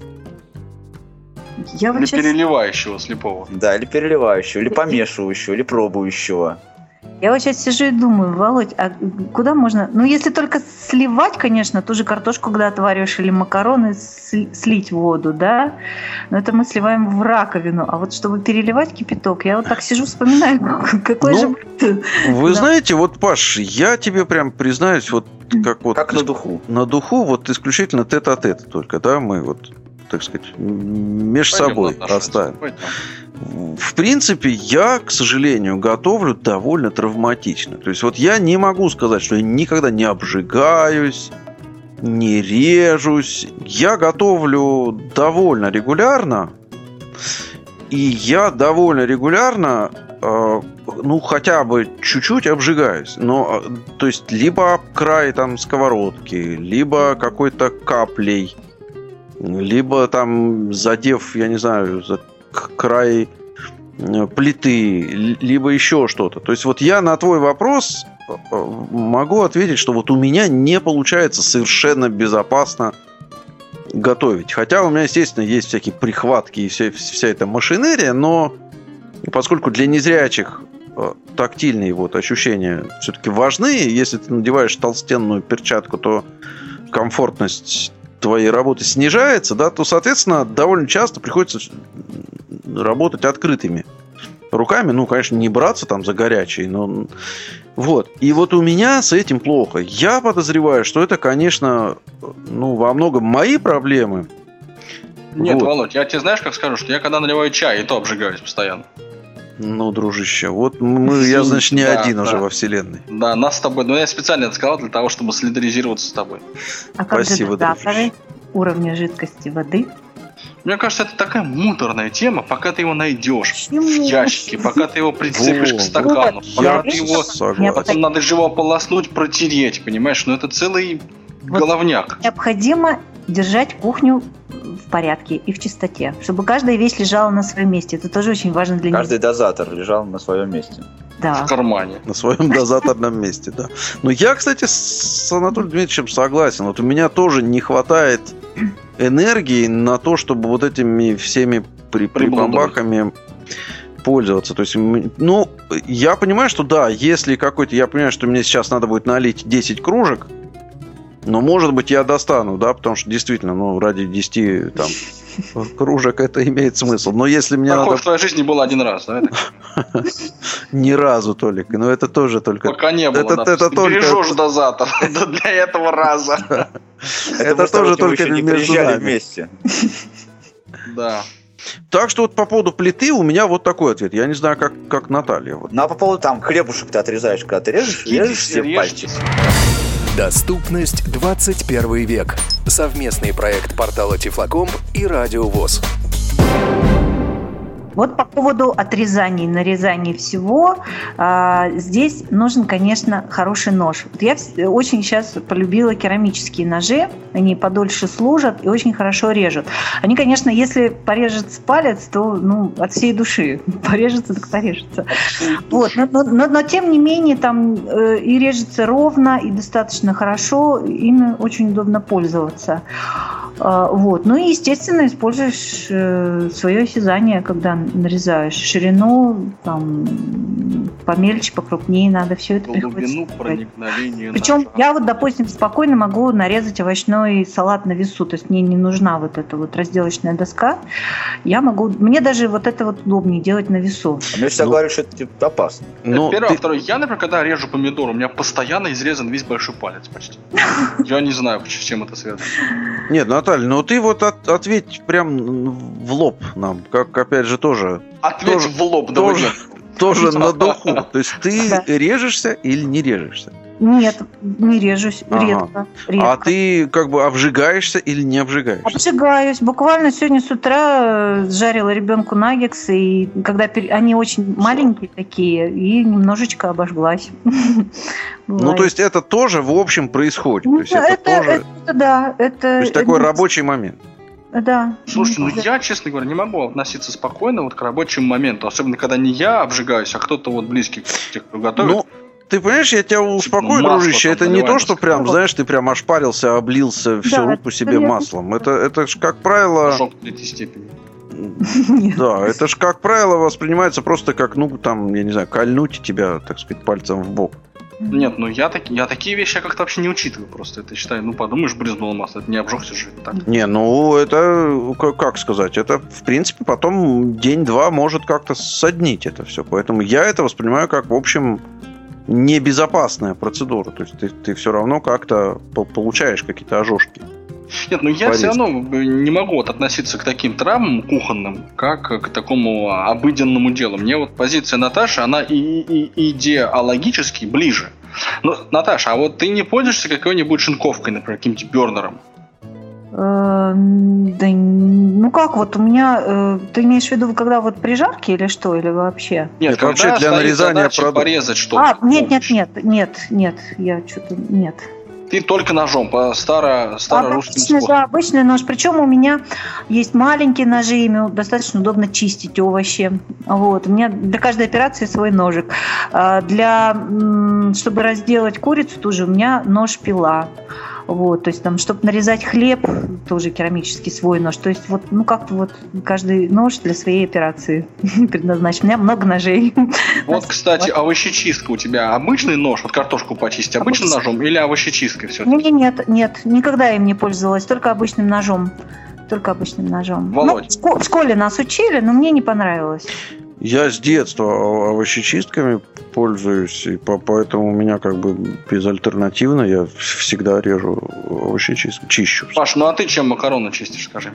Speaker 3: я вот
Speaker 5: Или
Speaker 3: сейчас...
Speaker 5: переливающего слепого.
Speaker 4: Да, или переливающего, или помешивающего, или пробующего.
Speaker 3: Я вот сейчас сижу и думаю, Володь, а куда можно... Ну, если только сливать, конечно, ту же картошку, когда отвариваешь, или макароны, слить в воду, да? Но это мы сливаем в раковину. А вот чтобы переливать кипяток, я вот так сижу, вспоминаю, какой
Speaker 2: ну,
Speaker 3: же...
Speaker 2: Вы
Speaker 3: да.
Speaker 2: знаете, вот, Паш, я тебе прям признаюсь, вот как вот...
Speaker 4: Как на духу.
Speaker 2: На духу вот исключительно тет-а-тет только, да, мы вот, так сказать, между собой оставим. В принципе, я, к сожалению, готовлю довольно травматично. То есть вот я не могу сказать, что я никогда не обжигаюсь, не режусь. Я готовлю довольно регулярно. И я довольно регулярно, э, ну, хотя бы чуть-чуть обжигаюсь. Но, то есть, либо об край там сковородки, либо какой-то каплей, либо там задев, я не знаю, за край плиты, либо еще что-то. То есть вот я на твой вопрос могу ответить, что вот у меня не получается совершенно безопасно готовить. Хотя у меня, естественно, есть всякие прихватки и вся, вся эта машинерия, но поскольку для незрячих тактильные вот ощущения все-таки важны, если ты надеваешь толстенную перчатку, то комфортность твоей работы снижается, да, то, соответственно, довольно часто приходится работать открытыми руками. Ну, конечно, не браться там за горячий, но... Вот. И вот у меня с этим плохо. Я подозреваю, что это, конечно, ну, во многом мои проблемы.
Speaker 5: Нет,
Speaker 2: вот.
Speaker 5: Володь, я тебе знаешь, как скажу, что я когда наливаю чай, и то обжигаюсь постоянно.
Speaker 2: Ну, дружище, вот мы, я, значит, не да, один да. уже во вселенной.
Speaker 5: Да, нас с тобой, но я специально это сказал для того, чтобы солидаризироваться с тобой.
Speaker 3: А как
Speaker 2: Спасибо,
Speaker 3: же дозаторы уровня жидкости воды?
Speaker 5: Мне кажется, это такая муторная тема, пока ты его найдешь в ящике, пока ты его прицепишь Во, к стакану, вот, пока ты его... Согласен. Потом надо же его ополоснуть, протереть, понимаешь? Ну, это целый вот головняк.
Speaker 3: Необходимо держать кухню в порядке и в чистоте, чтобы каждая вещь лежала на своем месте. Это тоже очень важно для них.
Speaker 4: Каждый дозатор лежал на своем месте.
Speaker 3: Да.
Speaker 5: В кармане.
Speaker 2: На своем дозаторном месте, да. Но я, кстати, с Анатолием Дмитриевичем согласен. Вот у меня тоже не хватает энергии на то, чтобы вот этими всеми прибамбахами пользоваться. То есть, ну, я понимаю, что да, если какой-то... Я понимаю, что мне сейчас надо будет налить десять кружек, но, может быть, я достану, да, потому что действительно, ну, ради десяти там кружек это имеет смысл. Но если мне
Speaker 5: Такое
Speaker 2: надо...
Speaker 5: в твоей жизни было один раз, да?
Speaker 2: Ни разу, Толик. Но это тоже только...
Speaker 5: Пока не было,
Speaker 2: это,
Speaker 5: да.
Speaker 2: Это
Speaker 5: Ты
Speaker 2: только...
Speaker 5: бережешь дозатор для этого раза.
Speaker 2: Это тоже только
Speaker 4: не приезжали вместе.
Speaker 5: Да.
Speaker 2: Так что вот по поводу плиты у меня вот такой ответ. Я не знаю, как, как Наталья. Вот.
Speaker 4: Ну а по поводу там хлебушек ты отрезаешь, когда ты режешь, режешь все пальчики.
Speaker 1: Доступность двадцать первый век. Совместный проект портала Тифлокомп и Радио ВОС.
Speaker 3: Вот по поводу отрезаний, нарезаний всего, а, здесь нужен, конечно, хороший нож. Вот я очень сейчас полюбила керамические ножи, они подольше служат и очень хорошо режут. Они, конечно, если порежется палец, то ну, от всей души. Порежется, так порежется. Вот. Но, но, но, но тем не менее там э, и режется ровно, и достаточно хорошо, ими очень удобно пользоваться. А, вот. Ну и, естественно, используешь э, свое осязание, когда нарезаешь ширину, там, помельче, покрупнее надо все это
Speaker 5: глубину проникновения.
Speaker 3: Причем я вот, допустим, спокойно могу нарезать овощной салат на весу, то есть мне не нужна вот эта вот разделочная доска. Я могу, мне даже вот это вот удобнее делать на весу.
Speaker 4: А мне всегда ну, говорят, что это типа, опасно.
Speaker 5: Ну, первое, ты... второе. Я, например, когда режу помидор, у меня постоянно изрезан весь большой палец почти. Я не знаю, с чем это связано.
Speaker 2: Нет, Наталья, ну ты вот от, ответь прям в лоб нам, как опять же тоже.
Speaker 5: Ответь
Speaker 2: тоже,
Speaker 5: в лоб,
Speaker 2: тоже, тоже на духу. То есть ты да. режешься или не режешься?
Speaker 3: Нет, не режусь, ага. редко, редко.
Speaker 2: А ты как бы обжигаешься или не обжигаешься?
Speaker 3: Обжигаюсь. Буквально сегодня с утра жарила ребенку наггетсы, и когда пер... они очень маленькие такие, и немножечко обожглась.
Speaker 2: Ну, то есть это тоже, в общем, происходит. То есть это тоже...
Speaker 3: Да, это...
Speaker 2: То есть такой рабочий момент.
Speaker 3: Да.
Speaker 5: Слушайте, ну я, честно говоря, не могу относиться спокойно вот к рабочему моменту, особенно когда не я обжигаюсь, а кто-то вот близкий к тех, кто готовит. Ну,
Speaker 2: ты понимаешь, я тебя успокою, дружище, это не то, что прям, знаешь, ты прям ошпарился, облился всю
Speaker 3: да,
Speaker 2: руку себе маслом. Это, это же, как правило...
Speaker 5: Шок в третьей степени.
Speaker 2: Да, это ж, как правило, воспринимается просто как, ну, там, я не знаю, кольнуть тебя, так сказать, пальцем в бок.
Speaker 5: Нет, ну я, так, я такие вещи я как-то вообще не учитываю просто. Это считаю, ну подумаешь, брызнуло масло, это не обжегся же. Так.
Speaker 2: Не, ну это, как сказать, это в принципе потом день-два может как-то соднить это все. Поэтому я это воспринимаю как, в общем, небезопасная процедура. То есть ты, ты все равно как-то получаешь какие-то ожожки.
Speaker 5: Нет, ну я все равно не могу вот относиться к таким травмам кухонным, как к такому обыденному делу. Мне вот позиция Наташи, она и, и идеологически ближе. Ну, Наташа, а вот ты не пользуешься какой-нибудь шинковкой, например, каким-то бернером?
Speaker 3: Да, ну как вот у меня, ты имеешь в виду, когда вот при жарке или что, или вообще?
Speaker 5: Нет,
Speaker 2: это вообще для нарезания продуктов.
Speaker 5: Порезать что-то.
Speaker 3: А, нет, нет, нет, нет, нет, я что-то, нет.
Speaker 5: Ты только ножом, по старо, старорусским
Speaker 3: обычный,
Speaker 5: способом.
Speaker 3: Да, обычный нож. Причем у меня есть маленькие ножи, ими достаточно удобно чистить овощи. Вот. У меня для каждой операции свой ножик. Для, чтобы разделать курицу, тоже у меня нож-пила. Вот, то есть там, чтобы нарезать хлеб, тоже керамический свой нож. То есть вот, ну как-то вот каждый нож для своей операции предназначен. У меня много ножей.
Speaker 5: Вот, кстати, овощечистка у тебя обычный нож, вот картошку почистить обычным ножом или овощечисткой все-таки?
Speaker 3: Нет, нет, никогда им не пользовалась, только обычным ножом. Только обычным ножом.
Speaker 5: Володь.
Speaker 3: Ну, в школе нас учили, но мне не понравилось.
Speaker 2: Я с детства овощечистками пользуюсь, и поэтому у меня как бы безальтернативно, я всегда режу овощечистку, чищу.
Speaker 5: Паш, ну а ты чем макароны чистишь, скажи?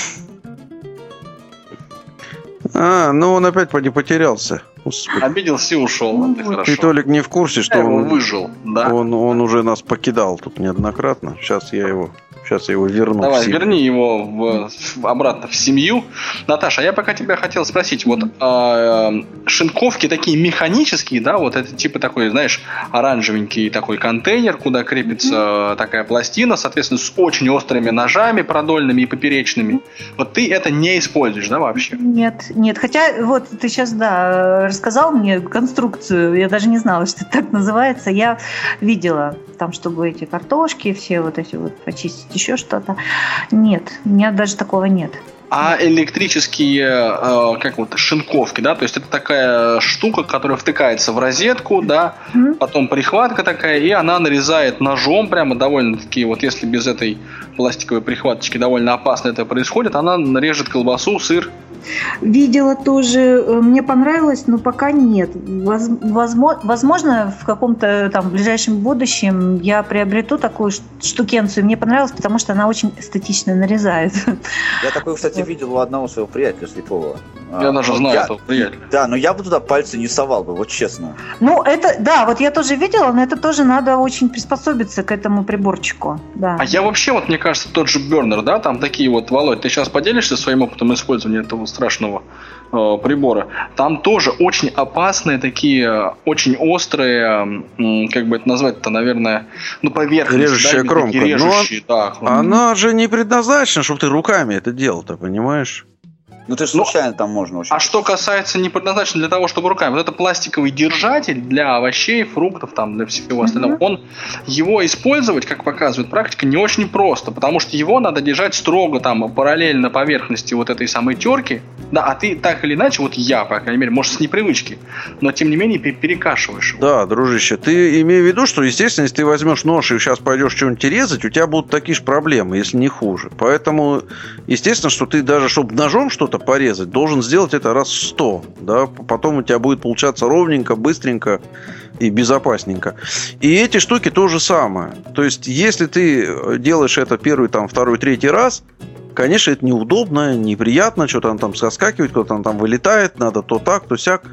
Speaker 2: А, ну он опять поди потерялся. Господи.
Speaker 5: Обиделся и ушел. Ну, ты, хорошо.
Speaker 2: Ты, Толик, не в курсе, что он
Speaker 5: выжил, да?
Speaker 2: Он, он уже нас покидал тут неоднократно. Сейчас я его... Сейчас я его верну.
Speaker 5: Давай, верни его в, в, обратно в семью. Наташа, а я пока тебя хотел спросить, вот э, шинковки такие механические, да, вот это типа такой, знаешь, оранжевенький такой контейнер, куда крепится mm-hmm. такая пластина, соответственно, с очень острыми ножами продольными и поперечными. Вот ты это не используешь, да, вообще?
Speaker 3: Нет, нет. Хотя вот ты сейчас, да, рассказал мне конструкцию, я даже не знала, что это так называется. Я видела там, чтобы эти картошки все вот эти вот почистить, еще что-то. Нет, у меня даже такого нет.
Speaker 5: А электрические, э, как вот, шинковки, да, то есть это такая штука, которая втыкается в розетку, да, mm-hmm. потом прихватка такая, и она нарезает ножом прямо довольно-таки, вот если без этой пластиковой прихваточки довольно опасно это происходит, она нарежет колбасу, сыр.
Speaker 3: Видела тоже, мне понравилось, но пока нет. Возможно, возможно, в каком-то там ближайшем будущем я приобрету такую штукенцию. Мне понравилось, потому что она очень эстетично нарезает.
Speaker 4: Я такой, кстати, видел у одного своего приятеля слепого.
Speaker 5: Я даже знаю я, этого приятеля.
Speaker 4: Да, но я бы туда пальцы не совал бы, вот честно.
Speaker 3: Ну, это, да, вот я тоже видела, но это тоже надо очень приспособиться к этому приборчику. Да.
Speaker 5: А я вообще, вот мне кажется, тот же бернер, да, там такие вот, Володь, ты сейчас поделишься своим опытом использования этого страшного э, прибора. Там тоже очень опасные такие, очень острые, э, как бы это назвать-то, наверное, ну, поверхности.
Speaker 2: Режущая
Speaker 5: да,
Speaker 2: кромка.
Speaker 5: Режущие,
Speaker 2: Но
Speaker 5: да,
Speaker 2: она, она же не предназначена, чтобы ты руками это делал-то, понимаешь?
Speaker 4: Ну, ты же случайно ну, там можно очень.
Speaker 5: А что касается не предназначен для того, чтобы руками, вот это пластиковый держатель для овощей, фруктов, там, для всего остального, mm-hmm. он, его использовать, как показывает практика, не очень просто, потому что его надо держать строго там параллельно поверхности вот этой самой терки, да, а ты так или иначе, вот я, по крайней мере, может, с непривычки, но тем не менее перекашиваешь его.
Speaker 2: Да, дружище, ты имей в виду, что, естественно, если ты возьмешь нож и сейчас пойдешь что-нибудь резать, у тебя будут такие же проблемы, если не хуже. Поэтому, естественно, что ты даже, чтобы ножом что-то порезать, должен сделать это раз в сто, да, потом у тебя будет получаться ровненько, быстренько и безопасненько. И эти штуки то же самое. То есть, если ты делаешь это первый, там, второй, третий раз, конечно, это неудобно, неприятно, что-то там соскакивает, кто-то там вылетает, надо то так, то сяк.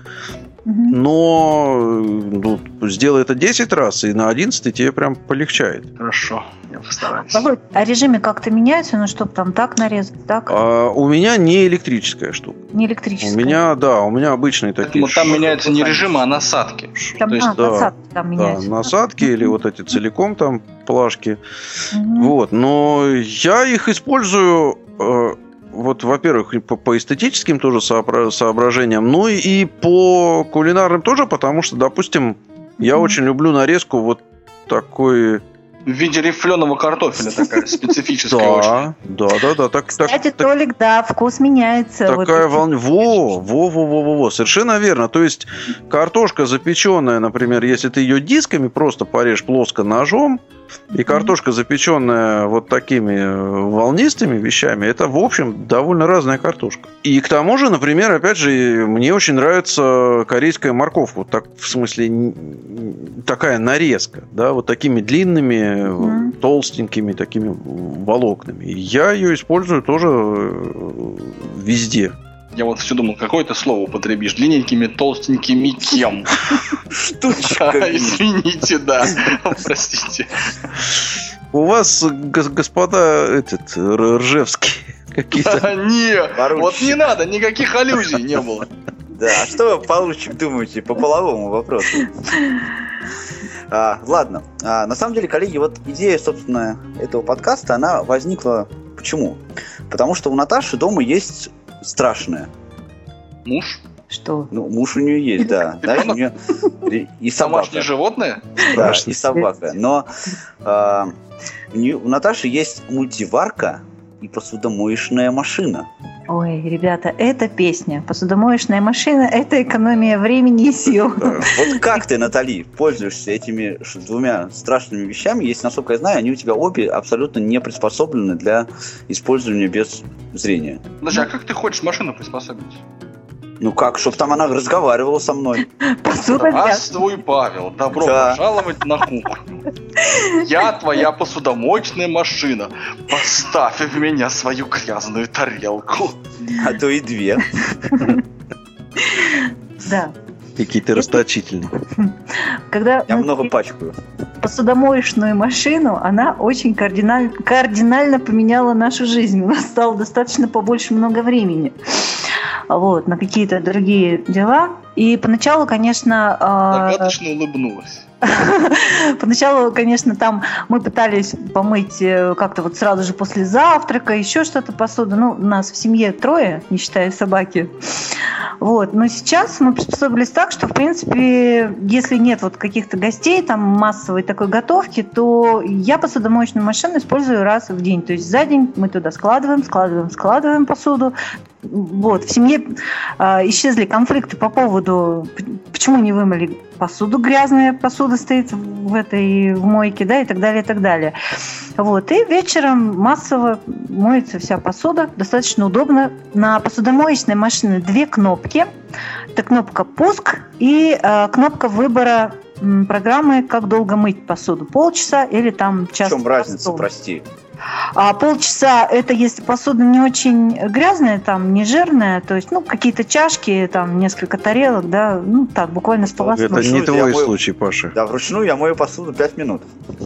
Speaker 2: Но ну, сделай это десять раз, и на одиннадцатый тебе прям полегчает.
Speaker 5: Хорошо, я постараюсь.
Speaker 3: Володь, а режимы как-то меняются, ну, чтобы там так нарезать, так?
Speaker 2: А, у меня не электрическая штука.
Speaker 3: Не электрическая?
Speaker 2: У меня, да, у меня обычные такие.
Speaker 5: Вот там меняются не режимы, а насадки.
Speaker 3: Там,
Speaker 5: То есть,
Speaker 3: а,
Speaker 2: да,
Speaker 3: насадки там меняются.
Speaker 2: Да, насадки или вот эти целиком там плашки.
Speaker 3: Угу.
Speaker 2: Вот, но я их использую... Вот, во-первых, по, по эстетическим тоже соображениям, ну и по кулинарным тоже, потому что, допустим, я mm-hmm. очень люблю нарезку вот такой
Speaker 5: В виде рифленого картофеля такая специфическая очень.
Speaker 2: Да, да, да, да.
Speaker 3: Кстати, Толик, да, вкус меняется.
Speaker 2: Такая волна. Во, во, во, во, во, во, совершенно верно. То есть картошка запеченная, например, если ты ее дисками просто порежь плоско ножом, и картошка, запеченная вот такими волнистыми вещами, это, в общем, довольно разная картошка. И к тому же, например, опять же, мне очень нравится корейская морковка. Вот так, в смысле, такая нарезка, да, вот такими длинными, mm-hmm. толстенькими такими волокнами. Я ее использую тоже везде.
Speaker 5: Я вот все думал, какое ты слово употребишь? Длинненькими, толстенькими кем?
Speaker 4: Штучками.
Speaker 5: Извините, да. Простите.
Speaker 2: У вас, господа, этот, Ржевский какие-то...
Speaker 5: Нет, вот не надо, никаких аллюзий не было.
Speaker 4: Да, а что вы, поручик, думаете по половому вопросу? А, ладно, а, на самом деле, коллеги, вот идея, собственно, этого подкаста, она возникла почему? Потому что у Наташи дома есть страшное.
Speaker 5: Муж?
Speaker 3: Что?
Speaker 4: Ну, муж у нее есть, да. Да, у нее и собака.
Speaker 5: Домашнее животное?
Speaker 4: Да, и собака. Но а, у, нее, у Наташи есть мультиварка и посудомоечная машина.
Speaker 3: Ой, ребята, это песня. Посудомоечная машина – это экономия времени и сил.
Speaker 4: Да. Вот как ты, Натали, пользуешься этими двумя страшными вещами, если, насколько я знаю, они у тебя обе абсолютно не приспособлены для использования без зрения?
Speaker 5: Подожди, а как ты хочешь машину приспособить?
Speaker 4: Ну как, чтобы там она разговаривала со мной.
Speaker 5: Здравствуй, Павел, добро
Speaker 4: Да.
Speaker 5: пожаловать на кухню. Я твоя посудомоечная машина. Поставь в меня свою грязную тарелку.
Speaker 4: А то и две.
Speaker 3: Да.
Speaker 2: Какие-то расточительные.
Speaker 3: Когда
Speaker 4: Я
Speaker 3: мы
Speaker 4: много
Speaker 3: купили
Speaker 4: пачкаю.
Speaker 3: посудомоечную машину, она очень кардинально, кардинально поменяла нашу жизнь. У нас стало достаточно побольше много времени. Вот, на какие-то другие дела. И поначалу, конечно...
Speaker 5: Загадочно улыбнулась.
Speaker 3: Поначалу, конечно, там мы пытались помыть как-то вот сразу же после завтрака, еще что-то посуду. Ну, у нас в семье трое, не считая собаки. Вот. Но сейчас мы приспособились так, что, в принципе, если нет вот каких-то гостей, там, массовой такой готовки, то я посудомоечную машину использую раз в день. То есть за день мы туда складываем, складываем, складываем посуду. Вот. В семье э, исчезли конфликты по поводу, почему не вымыли посуду, грязная посуда стоит в этой в мойке, да, и так далее, и так далее. Вот. И вечером массово моется вся посуда. Достаточно удобно. На посудомоечной машине две кнопки. Это кнопка «Пуск» и э, кнопка выбора м, программы «Как долго мыть посуду». Полчаса или там час.
Speaker 4: В чем разница, прости?
Speaker 3: А полчаса это если посуда не очень грязная, там не жирная, то есть, ну, какие-то чашки, там несколько тарелок, да, ну так, буквально сполоснуть.
Speaker 2: Это не твой
Speaker 4: мою...
Speaker 2: случай, Паша.
Speaker 4: Да, вручную я мою посуду пять минут.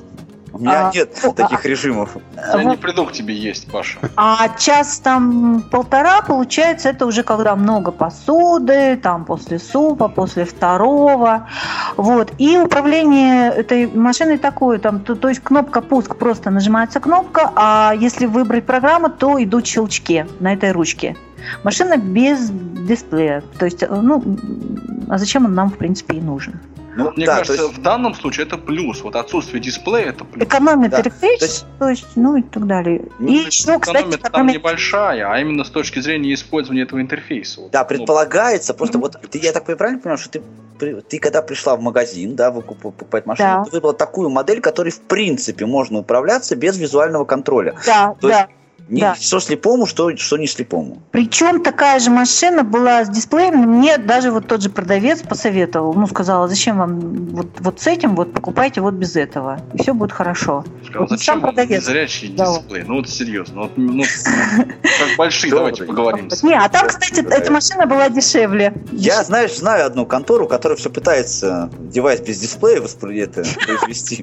Speaker 4: У меня
Speaker 3: а,
Speaker 4: нет
Speaker 3: ну,
Speaker 4: таких
Speaker 3: а,
Speaker 4: режимов.
Speaker 5: Я вот. не приду к тебе есть, Паша.
Speaker 3: А час там полтора, получается, это уже когда много посуды, там после супа, после второго. Вот. И управление этой машиной такое, там, то, то есть кнопка «Пуск», просто нажимается кнопка, а если выбрать программу, то идут щелчки на этой ручке. Машина без дисплея. То есть, ну, а зачем он нам, в принципе, и нужен?
Speaker 5: Ну, Мне да, кажется, есть... в данном случае это плюс. Вот отсутствие дисплея это плюс.
Speaker 3: Экономит да. электричество, то есть, ну и так далее.
Speaker 5: Ну,
Speaker 3: и еще, кстати,
Speaker 5: экономия там экономит... небольшая, а именно с точки зрения использования этого интерфейса.
Speaker 4: Да, предполагается, ну, просто mm-hmm. вот ты, я так правильно понимаю, что ты, ты когда пришла в магазин, да, покупать машину, да. ты выбрала такую модель, которой в принципе можно управляться без визуального контроля.
Speaker 3: Да,
Speaker 4: то
Speaker 3: да.
Speaker 4: Есть, Не,
Speaker 3: да.
Speaker 4: Что слепому, что, что не слепому.
Speaker 3: Причем такая же машина была с дисплеем. Мне даже вот тот же продавец посоветовал. Ну, сказала, зачем вам вот, вот с этим, вот покупайте вот без этого. И все будет хорошо.
Speaker 5: Сказал, вот зачем вам незрячий да. дисплей? Ну, вот серьезно. Вот, ну, как большие, давайте поговорим.
Speaker 3: Не, а там, кстати, эта машина была дешевле.
Speaker 4: Я, знаешь, знаю одну контору, которая все пытается девайс без дисплея произвести.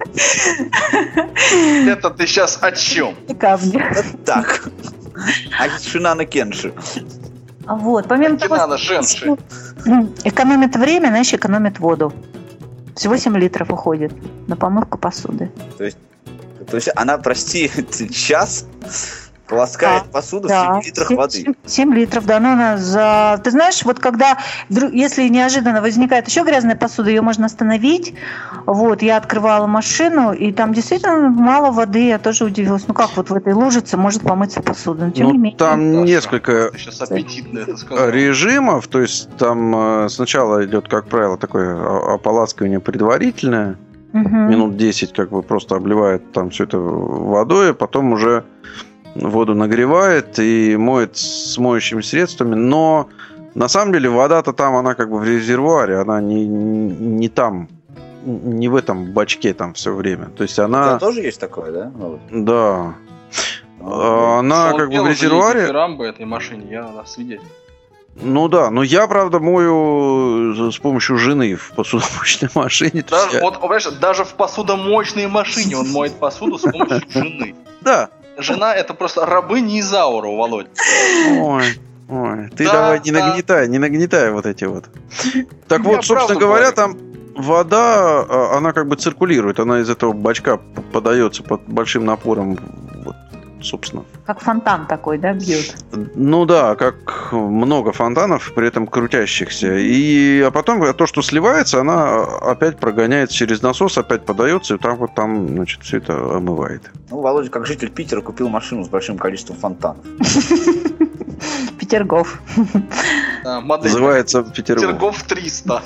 Speaker 5: Это ты сейчас о чем?
Speaker 4: Так. А Шинана Кенши.
Speaker 3: Вот, помимо того,
Speaker 5: что
Speaker 3: экономит время, она еще экономит воду. Всего семь литров уходит на помывку посуды.
Speaker 4: То есть, то есть она, прости, час полоскает
Speaker 3: Да,
Speaker 4: посуду
Speaker 3: да,
Speaker 4: в семь литрах воды.
Speaker 3: семь литров, да, но она за... Ты знаешь, вот когда, вдруг, если неожиданно возникает еще грязная посуда, ее можно остановить. Вот, я открывала машину, и там действительно мало воды, я тоже удивилась. Ну как вот в этой лужице может помыться посуда? Но тем
Speaker 2: Ну,
Speaker 3: не менее.
Speaker 2: там
Speaker 5: Даша,
Speaker 2: несколько
Speaker 5: Ты сейчас аппетитно это сказал.
Speaker 2: режимов, то есть там э, сначала идет, как правило, такое о- ополаскивание предварительное,
Speaker 3: Мгм.
Speaker 2: минут десять как бы просто обливает там все это водой, а потом уже воду нагревает и моет с моющими средствами, но на самом деле вода-то там, она как бы в резервуаре, она не, не там, не в этом бачке там все время. То есть
Speaker 4: У
Speaker 2: она...
Speaker 4: тебя тоже есть такое, да? Володь?
Speaker 2: Да.
Speaker 4: Ну,
Speaker 2: Она
Speaker 5: Он
Speaker 2: как бы
Speaker 5: пел
Speaker 2: в
Speaker 5: за
Speaker 2: резервуаре...
Speaker 5: рамбы этой машине, я на свидетель.
Speaker 2: Ну да, но я, правда, мою с помощью жены в посудомоечной машине. То есть
Speaker 5: Да,
Speaker 2: я-
Speaker 5: вот, понимаешь, даже в посудомоечной машине он моет посуду с помощью жены.
Speaker 2: Да.
Speaker 5: Жена это просто рабыня Изаура у Володи.
Speaker 2: Ой, ой. Ты
Speaker 5: Да,
Speaker 2: давай не
Speaker 5: да.
Speaker 2: нагнетай, не нагнетай вот эти вот. Так
Speaker 5: Я
Speaker 2: вот, собственно
Speaker 5: правду
Speaker 2: говоря,
Speaker 5: говорю.
Speaker 2: там вода, а, она как бы циркулирует, она из этого бачка п- подается под большим напором, вот, собственно.
Speaker 3: Как фонтан такой, да, бьет.
Speaker 2: Ну да, как много фонтанов, при этом крутящихся. И, а потом то, что сливается, она опять прогоняется через насос, опять подается, и там вот там, значит, все это омывает.
Speaker 4: Ну, Володя, как житель Питера, купил машину с большим количеством фонтанов.
Speaker 3: Петергоф.
Speaker 5: Да, модель.
Speaker 2: Называется Петергоф.
Speaker 5: Петергоф триста.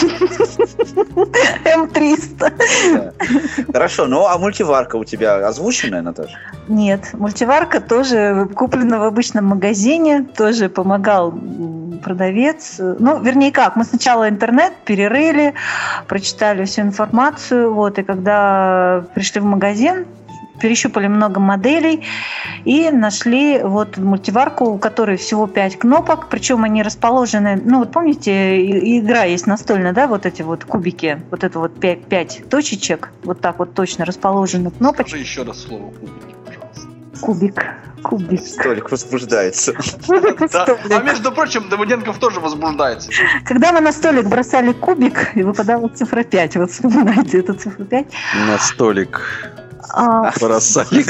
Speaker 3: эм триста.
Speaker 4: Да. Хорошо, ну а мультиварка у тебя озвученная, Наташа?
Speaker 3: Нет, мультиварка тоже куплена в обычном магазине, тоже помогал м, продавец. Ну, вернее как, мы сначала интернет перерыли, прочитали всю информацию, вот, и когда пришли в магазин, перещупали много моделей и нашли вот мультиварку, у которой всего пять кнопок, причем они расположены, ну вот помните, и- игра есть настольная, да, вот эти вот кубики, вот это вот пять, пять точечек, вот так вот точно расположены кнопочки.
Speaker 5: Скажи еще раз слово кубики, пожалуйста.
Speaker 3: Кубик, кубик.
Speaker 4: Столик возбуждается.
Speaker 5: Да. А между прочим, Давыденков тоже возбуждается.
Speaker 3: Когда мы на столик бросали кубик, и выпадала цифра пять, вот вспоминайте эту цифру пять.
Speaker 2: На столик
Speaker 3: А,
Speaker 2: бросали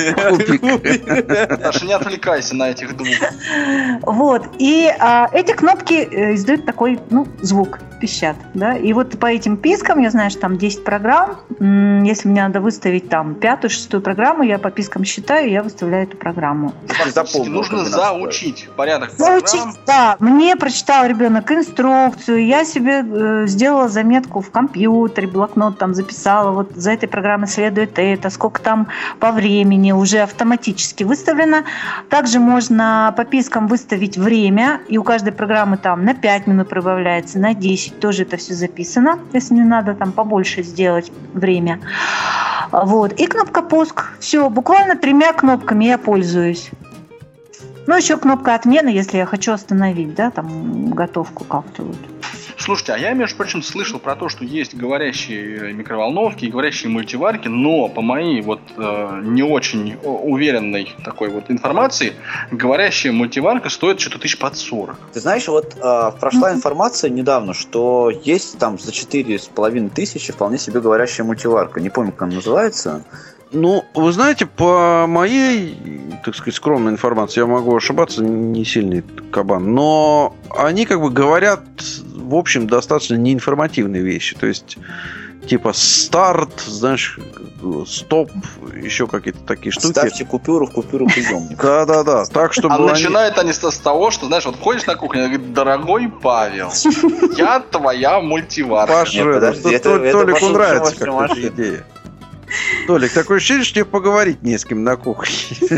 Speaker 2: кубик.
Speaker 5: Даша, не отвлекайся на этих двух.
Speaker 3: вот, и а, эти кнопки э, издают такой, ну, звук, пищат, да, и вот по этим пискам, я знаю, что там десять программ, М, если мне надо выставить там пятую, шестую программу, я по пискам считаю, и я выставляю эту программу.
Speaker 4: Запомнил,
Speaker 5: Нужно
Speaker 4: как бы настроить.
Speaker 5: заучить порядок
Speaker 3: Заучить,
Speaker 5: программ.
Speaker 3: да, мне прочитал ребенок инструкцию, я себе э, сделала заметку в компьютере, блокнот там записала, вот за этой программой следует это, сколько там по времени уже автоматически выставлено. Также можно по пискам выставить время, и у каждой программы там на пять минут прибавляется, на десять, тоже это все записано, если мне надо там побольше сделать время. Вот. И кнопка пуск. Все, буквально тремя кнопками я пользуюсь. Ну, еще кнопка отмены, если я хочу остановить, да, там, готовку как-то вот.
Speaker 5: Слушайте, а я, между прочим, слышал про то, что есть говорящие микроволновки и говорящие мультиварки, но по моей вот э, не очень уверенной такой вот информации, говорящая мультиварка стоит что-то тысяч под сорок.
Speaker 4: Ты знаешь, вот э, прошла информация недавно, что есть там за четыре с половиной тысячи вполне себе говорящая мультиварка. Не помню, как она называется.
Speaker 2: Ну, вы знаете, по моей, так сказать, скромной информации, я могу ошибаться, не сильный кабан, но они как бы говорят, в общем, достаточно неинформативные вещи. То есть, типа старт, знаешь, стоп, еще какие-то такие штуки.
Speaker 4: Ставьте купюру в купюру приемник.
Speaker 2: Да-да-да, так, чтобы
Speaker 5: А
Speaker 2: они...
Speaker 5: начинают они с с того, что, знаешь, вот ходишь на кухню, и говорит: дорогой Павел, я твоя мультиварка.
Speaker 2: Паша,
Speaker 4: Нет, подожди,
Speaker 2: ну,
Speaker 4: это-
Speaker 2: Тол-
Speaker 4: это
Speaker 2: Толику
Speaker 4: пошел
Speaker 2: нравится
Speaker 4: чумаш на
Speaker 2: как-то эта
Speaker 4: машину.
Speaker 2: идея. Толик, такое ощущение, что тебе поговорить не с кем на кухне.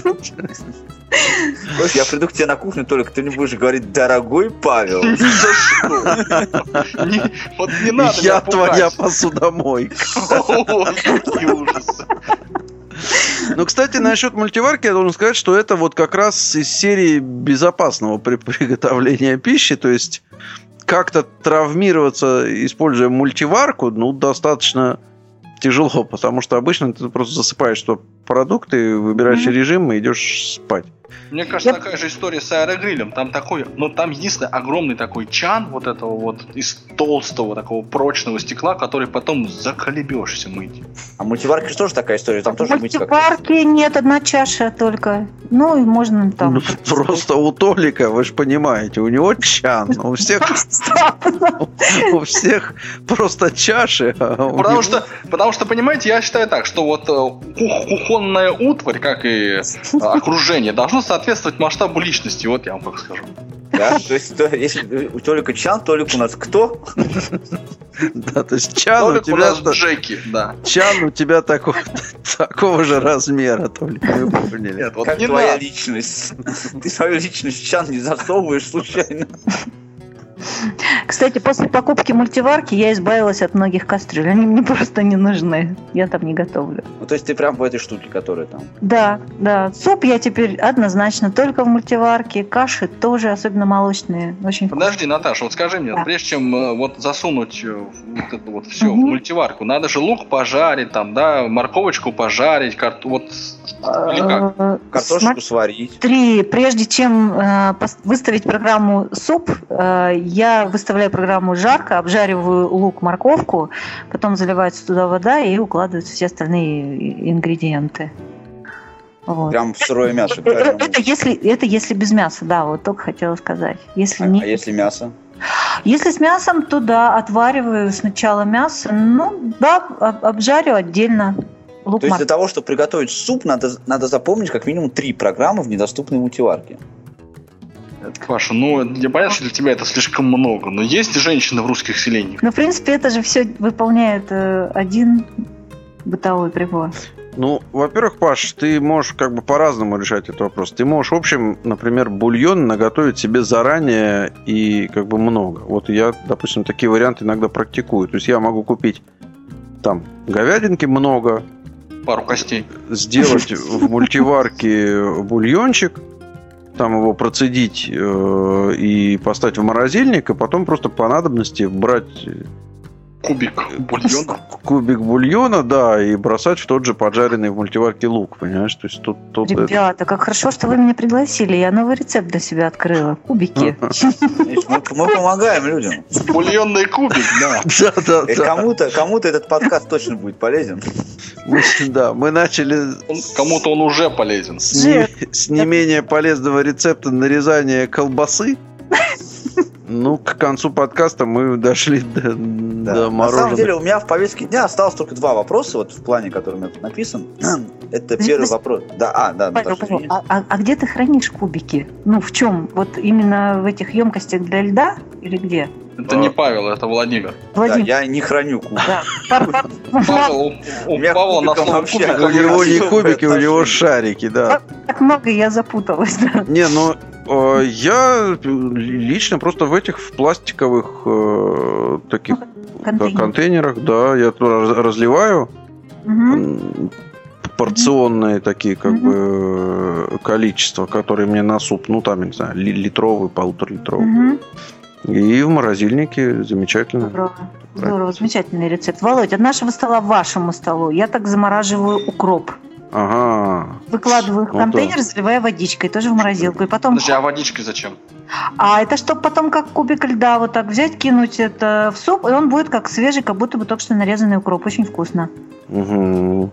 Speaker 4: Слушай, я приду к тебе на кухню, только ты не будешь говорить «дорогой Павел».
Speaker 5: Да что? Не- Вот не надо
Speaker 2: Я
Speaker 5: меня
Speaker 2: твоя
Speaker 5: пугать.
Speaker 2: посудомойка.
Speaker 5: Ой, какие ужасы.
Speaker 2: Ну, кстати, насчет мультиварки я должен сказать, что это вот как раз из серии безопасного при приготовлении пищи. То есть как-то травмироваться, используя мультиварку, ну, достаточно тяжело, потому что обычно ты просто засыпаешь, что продукты, выбираешь mm-hmm. режим и идешь спать.
Speaker 5: Мне кажется, Я... такая же история с аэрогрилем. Там такой, ну там единственный огромный такой чан вот этого вот из толстого такого прочного стекла, который потом заколебешься мыть.
Speaker 4: А мультиварка же тоже такая история, там тоже мыть как-то.
Speaker 3: Мультиварки нет, одна чаша только. Ну и можно там. Ну,
Speaker 2: просто у Толика, вы же понимаете, у него чан, у всех у всех просто чаши.
Speaker 5: Потому что, потому что, понимаете, я считаю так, что вот кухонная утварь, как и окружение, должно соответствовать масштабу личности, вот я вам как скажу.
Speaker 4: Да, то есть, то, если у Толика чан, Толик у нас кто?
Speaker 2: Да, то есть чан у тебя...
Speaker 5: у нас Джеки, да.
Speaker 2: Чан у тебя такого, такого же размера, Толик, вы поняли.
Speaker 4: Нет, вот как не твоя надо. Личность? Ты свою личность в чан не засовываешь случайно.
Speaker 3: Кстати, после покупки мультиварки я избавилась от многих кастрюль. Они мне просто не нужны. Я там не готовлю.
Speaker 4: Ну, то есть ты прям в этой штуке, которая там...
Speaker 3: Да, да. Суп я теперь однозначно только в мультиварке. Каши тоже, особенно молочные. Очень
Speaker 5: Подожди,
Speaker 3: вкусно.
Speaker 5: Наташа, вот скажи мне, да. прежде чем э, вот засунуть э, вот это вот все угу. в мультиварку, надо же лук пожарить, там, да, морковочку пожарить, кар... вот или как?
Speaker 4: Картошечку сварить.
Speaker 3: Три. Прежде чем э, выставить программу суп, э, я выставляю программу жарко, обжариваю лук, морковку, потом заливается туда вода и укладываются все остальные ингредиенты. Вот.
Speaker 4: Прям сырое мясо.
Speaker 3: Это, это, это, если, это если без мяса, да, вот только хотела сказать. Если
Speaker 4: а,
Speaker 3: не...
Speaker 4: а если мясо?
Speaker 3: Если с мясом, то да, отвариваю сначала мясо, ну да, обжарю отдельно. Лук,
Speaker 4: то есть для того, чтобы приготовить суп, надо, надо запомнить как минимум три программы в недоступной мультиварке.
Speaker 5: Паша, ну, я понятно, что для тебя это слишком много, но есть женщины в русских селениях?
Speaker 3: Ну, в принципе, это же все выполняет э, один бытовой прибор.
Speaker 2: Ну, во-первых, Паш, ты можешь как бы по-разному решать этот вопрос. Ты можешь, в общем, например, бульон наготовить себе заранее и как бы много. Вот я, допустим, такие варианты иногда практикую. То есть я могу купить там говядинки много,
Speaker 5: пару костей,
Speaker 2: сделать в мультиварке бульончик, там его процедить э, и поставить в морозильник, и потом просто по надобности брать
Speaker 5: кубик бульона.
Speaker 2: Кубик бульона, да, и бросать в тот же поджаренный в мультиварке лук, понимаешь? То есть тут, тут
Speaker 3: Ребята, это... как хорошо, что вы меня пригласили. Я новый рецепт для себя открыла. Кубики.
Speaker 4: Мы помогаем людям.
Speaker 5: Бульонный кубик, да.
Speaker 2: Да, да, да.
Speaker 4: Кому-то, кому-то этот подкаст точно будет полезен.
Speaker 2: Мы, да, мы начали...
Speaker 5: Кому-то он уже полезен.
Speaker 2: С не, с не менее полезного рецепта нарезания колбасы. Ну, к концу подкаста мы дошли до,
Speaker 4: да.
Speaker 2: до мороженого.
Speaker 4: На самом деле, у меня в повестке дня осталось только два вопроса, вот в плане, который у меня тут написан. Это первый вопрос. Да, а, да,
Speaker 3: Павел, Павел, а, а, а где ты хранишь кубики? Ну, в чем? Вот именно в этих емкостях для льда или где?
Speaker 5: Это не Павел, это Владимир.
Speaker 3: Владимир.
Speaker 4: Да, я не храню кубики.
Speaker 5: Да. Павел, у Павла на слово кубик.
Speaker 2: У него не кубики, у него шарики, да.
Speaker 3: Так много, я запуталась.
Speaker 2: Не, ну... Я лично просто в этих в пластиковых э, таких Контейнер. да, контейнерах, да, я туда разливаю угу. порционные угу. такие как угу. бы количества, которые мне на суп, ну там, я не знаю, литровый, полуторалитровый. Угу. И в морозильнике замечательно.
Speaker 3: Здорово. Здорово, замечательный рецепт. Володь, от нашего стола к вашему столу я так замораживаю укроп.
Speaker 2: Ага.
Speaker 3: Выкладываю в контейнер, ну, да. заливая водичкой, тоже в морозилку. И потом...
Speaker 5: Подожди, а водичкой зачем?
Speaker 3: А это чтобы потом как кубик льда вот так взять, кинуть это в суп, и он будет как свежий, как будто бы только что нарезанный укроп. Очень вкусно.
Speaker 2: Угу.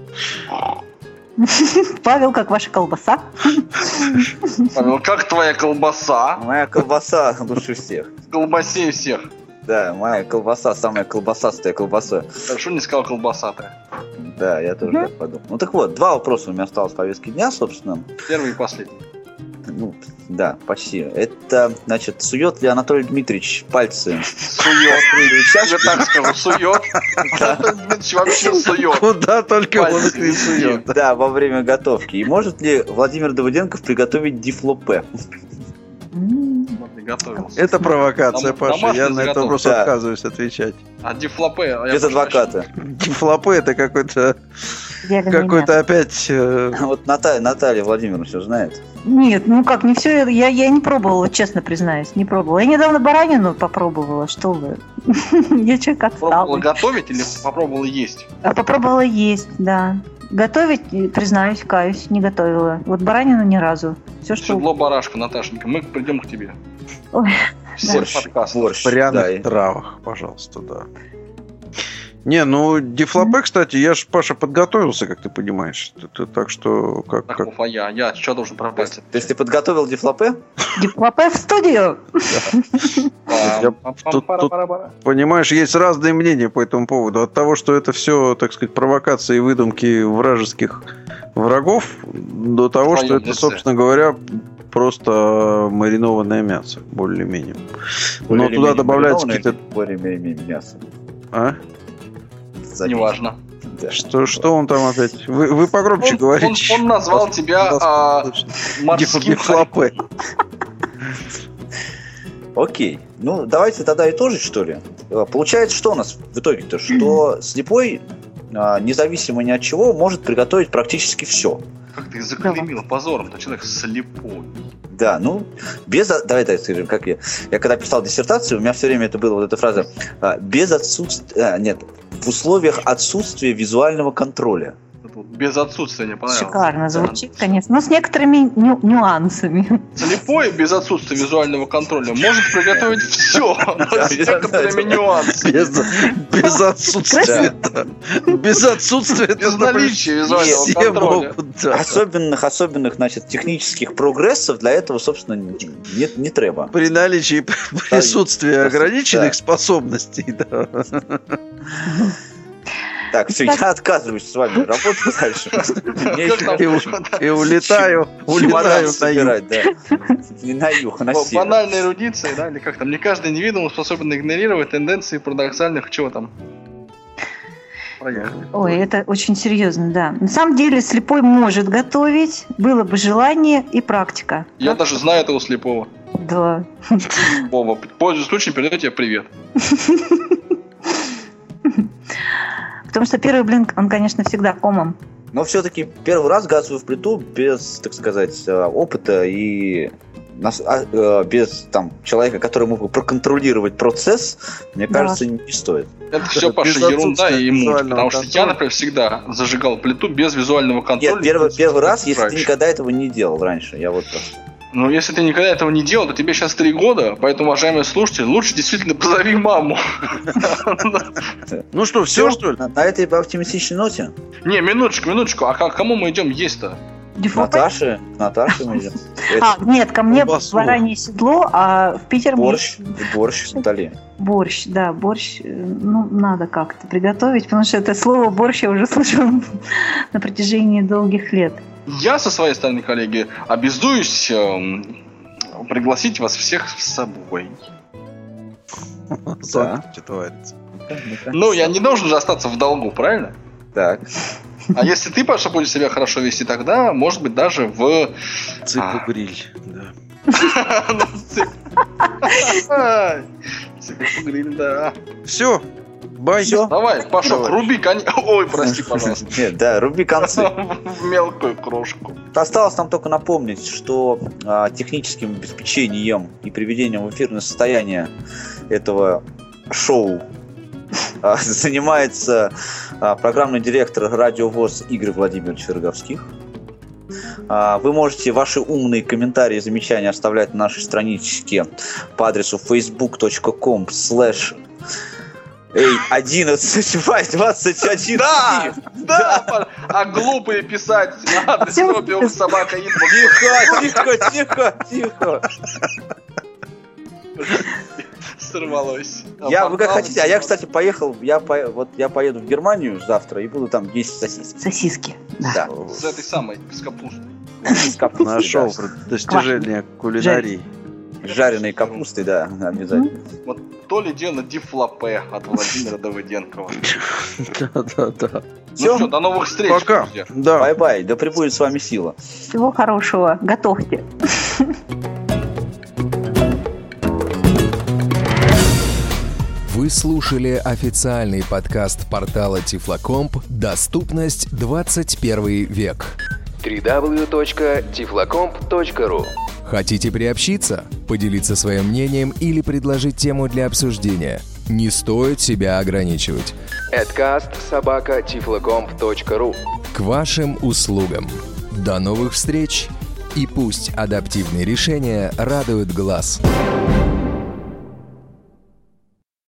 Speaker 3: Павел, как ваша колбаса?
Speaker 5: Павел, как твоя колбаса?
Speaker 4: Моя колбаса лучше всех.
Speaker 5: Колбасей всех.
Speaker 4: Да, моя колбаса, самая колбасастая колбаса.
Speaker 5: Хорошо не сказал колбасатая.
Speaker 4: Да, я тоже так подумал. Ну так вот, два вопроса у меня осталось в повестке дня, собственно.
Speaker 5: Первый и последний.
Speaker 4: Ну, да, почти. Это, значит, сует ли Анатолий Дмитриевич пальцы?
Speaker 5: Сует. Сейчас же так скажу, сует. Анатолий Дмитриевич вообще сует.
Speaker 2: Куда только он их не сует.
Speaker 4: Да, во время готовки. И может ли Владимир Давыденков приготовить дифлопе?
Speaker 5: Готовился.
Speaker 2: Это провокация, Паша. Я на этот вопрос да. отказываюсь отвечать.
Speaker 5: А дифлопе?
Speaker 4: Без адвоката.
Speaker 2: Дифлопе это какой-то какой-то опять...
Speaker 4: Вот Наталья, Наталья Владимировна все знает.
Speaker 3: Нет, ну как, не все. Я, я не пробовала, честно признаюсь. Не пробовала. Я недавно баранину попробовала. Что вы? Я человек отсталый.
Speaker 5: Попробовала готовить или попробовала есть?
Speaker 3: А попробовала есть, да. Готовить, признаюсь, каюсь, не готовила. Вот баранину ни разу. Все, что...
Speaker 5: Седло барашка, Наташенька, мы придем к тебе.
Speaker 3: Ой,
Speaker 5: Все
Speaker 3: да.
Speaker 5: подкасты.
Speaker 2: В пряных
Speaker 4: да.
Speaker 2: травах, пожалуйста, да. Не, ну, дифлопе, кстати, я же, Паша, подготовился, как ты понимаешь. Это, так что, как...
Speaker 5: Так,
Speaker 2: как...
Speaker 5: а я, я что должен пропасть?
Speaker 4: То есть ты подготовил дифлопе?
Speaker 3: Дифлопе в студию.
Speaker 2: Я- тут- тут- Понимаешь, есть разные мнения по этому поводу. От того, что это все, так сказать, провокации и выдумки вражеских врагов, до того,
Speaker 5: В
Speaker 2: что
Speaker 5: твоем
Speaker 2: это,
Speaker 5: лице.
Speaker 2: собственно говоря, просто маринованное мясо, более-менее. Но туда добавляются какие-то...
Speaker 4: Более-менее мясо.
Speaker 2: А?
Speaker 4: Заметь.
Speaker 5: Неважно.
Speaker 4: Да.
Speaker 2: Что, что он там опять? Вы, вы погромче
Speaker 5: Он,
Speaker 2: говорите.
Speaker 5: он- он назвал тебя а, морским
Speaker 2: Дифлопе.
Speaker 4: Окей. Ну, давайте тогда итожить, что ли. Э, Получается, что у нас в итоге-то? Что слепой, а, независимо ни от чего, может приготовить практически все.
Speaker 5: Как ты их заклеймила позором, то человек слепой.
Speaker 4: Да, ну, без... о- Давай так скажем, как я... Я когда писал диссертацию, у меня все время это была вот эта фраза а, «без отсутствия...» а, Нет, в условиях отсутствия визуального контроля.
Speaker 5: Это вот без отсутствия не понравилось.
Speaker 3: Шикарно звучит, конечно. Но с некоторыми ню- нюансами.
Speaker 5: Слепой без отсутствия визуального контроля может приготовить все, но с некоторыми нюансами.
Speaker 2: Без, без отсутствия. да. Без отсутствия. это
Speaker 5: Без наличия визуального
Speaker 2: все
Speaker 5: контроля.
Speaker 2: могут, да.
Speaker 4: Особенных, особенных, значит, технических прогрессов для этого, собственно, не, не треба.
Speaker 2: При наличии присутствия
Speaker 4: Да.
Speaker 2: ограниченных способностей, да.
Speaker 4: Так, все, я отказываюсь с вами работать дальше. Мне
Speaker 5: Как там
Speaker 2: И, у- и улетаю, улетаю на юг.
Speaker 4: собирать, да. Не на юг, а на
Speaker 5: По
Speaker 4: север.
Speaker 5: банальной эрудиции, да, или как там, не каждый невидимый способен игнорировать тенденции парадоксальных, чего там? Проехали.
Speaker 3: Ой, это очень серьезно, да. На самом деле слепой может готовить, было бы желание и практика.
Speaker 5: Я даже знаю этого слепого.
Speaker 3: Да.
Speaker 5: Вова, пользуясь случаем, передаю тебе привет.
Speaker 3: Потому что первый блин, он, конечно, всегда комом.
Speaker 4: Но все-таки первый раз газовую в плиту без, так сказать, э, опыта и нас- а, э, без там человека, который мог бы проконтролировать процесс, мне
Speaker 3: Да.
Speaker 4: кажется, не стоит.
Speaker 5: Это все,
Speaker 2: Без
Speaker 5: Паша, ерунда
Speaker 2: отсутствия
Speaker 5: и муть.
Speaker 2: визуального
Speaker 5: Потому что я,
Speaker 2: контроля.
Speaker 5: например, всегда зажигал плиту без визуального контроля.
Speaker 4: Нет, первый, первый раз, если ты
Speaker 5: Раньше.
Speaker 4: никогда этого не делал раньше. Я вот просто.
Speaker 5: Ну, если ты никогда этого не делал, то тебе сейчас три года, поэтому, уважаемые слушатели, лучше действительно позови маму.
Speaker 2: Ну что, все, что ли?
Speaker 4: На, на этой оптимистичной ноте
Speaker 5: Не, минуточку, минуточку, а к кому мы идем есть-то?
Speaker 3: Дифлопе?
Speaker 4: Наташи, к Наташе мы идем.
Speaker 3: А, нет, ко мне
Speaker 2: Колбасу.
Speaker 3: баранье седло, а в Питер мне
Speaker 4: Борщ, и борщ Натали.
Speaker 3: борщ, да, борщ, э, ну, надо как-то приготовить, потому что это слово борщ я уже слышу на протяжении долгих лет.
Speaker 5: Я, со своей стороны, коллеги, обязуюсь эм, пригласить вас всех с собой.
Speaker 2: Что творится?
Speaker 5: Ну, я не должен же остаться в долгу, правильно?
Speaker 4: Так.
Speaker 5: А если ты, Паша, будешь себя хорошо вести, тогда, может быть, даже в...
Speaker 2: Цыпу-гриль, да.
Speaker 5: Ну, Цыпу-гриль, да.
Speaker 2: Все, бай.
Speaker 4: Всё.
Speaker 5: Давай, Пашок,
Speaker 2: Давай.
Speaker 5: руби конь... Ой, прости, пожалуйста.
Speaker 4: Нет, да, руби концы.
Speaker 5: В мелкую крошку.
Speaker 4: Осталось нам только напомнить, что а, техническим обеспечением и приведением в эфирное состояние этого шоу а, занимается а, программный директор Радио ВОС Игорь Владимирович Роговских. А, Вы можете ваши умные комментарии и замечания оставлять на нашей страничке по адресу facebook точка com слэш эй одиннадцать вай двадцать один.
Speaker 5: Да, да, Паш, а глупые писать на адрес
Speaker 3: Всё.
Speaker 5: Робио собака
Speaker 4: Тихо, тихо, тихо, тихо.
Speaker 5: сорвалось.
Speaker 4: Я, вы как хотите, а я, кстати, поехал, я, по, вот, я поеду в Германию завтра и буду там есть сосиски.
Speaker 3: Сосиски. Да.
Speaker 4: Да.
Speaker 5: С этой самой, с капустой.
Speaker 4: С капустой,
Speaker 2: Нашел
Speaker 4: да.
Speaker 2: достижение кулинарии.
Speaker 4: С жареной капустой, да, обязательно.
Speaker 5: Вот то ли дело дифлопе от Владимира Давыденкова.
Speaker 2: Да, да, да.
Speaker 5: Ну
Speaker 4: Всё.
Speaker 5: что, до новых встреч,
Speaker 2: Пока.
Speaker 5: друзья.
Speaker 2: Да.
Speaker 4: Бай-бай, да пребудет с вами сила.
Speaker 3: Всего хорошего. Готовьте.
Speaker 1: Вы слушали официальный подкаст портала Тифлокомп «Доступность двадцать первый век». дабл ю дабл ю дабл ю точка тифлокомп точка ру. Хотите приобщиться, поделиться своим мнением или предложить тему для обсуждения? Не стоит себя ограничивать. эдкаст собака тифлокомп точка ру. К вашим услугам. До новых встреч, и пусть адаптивные решения радуют глаз.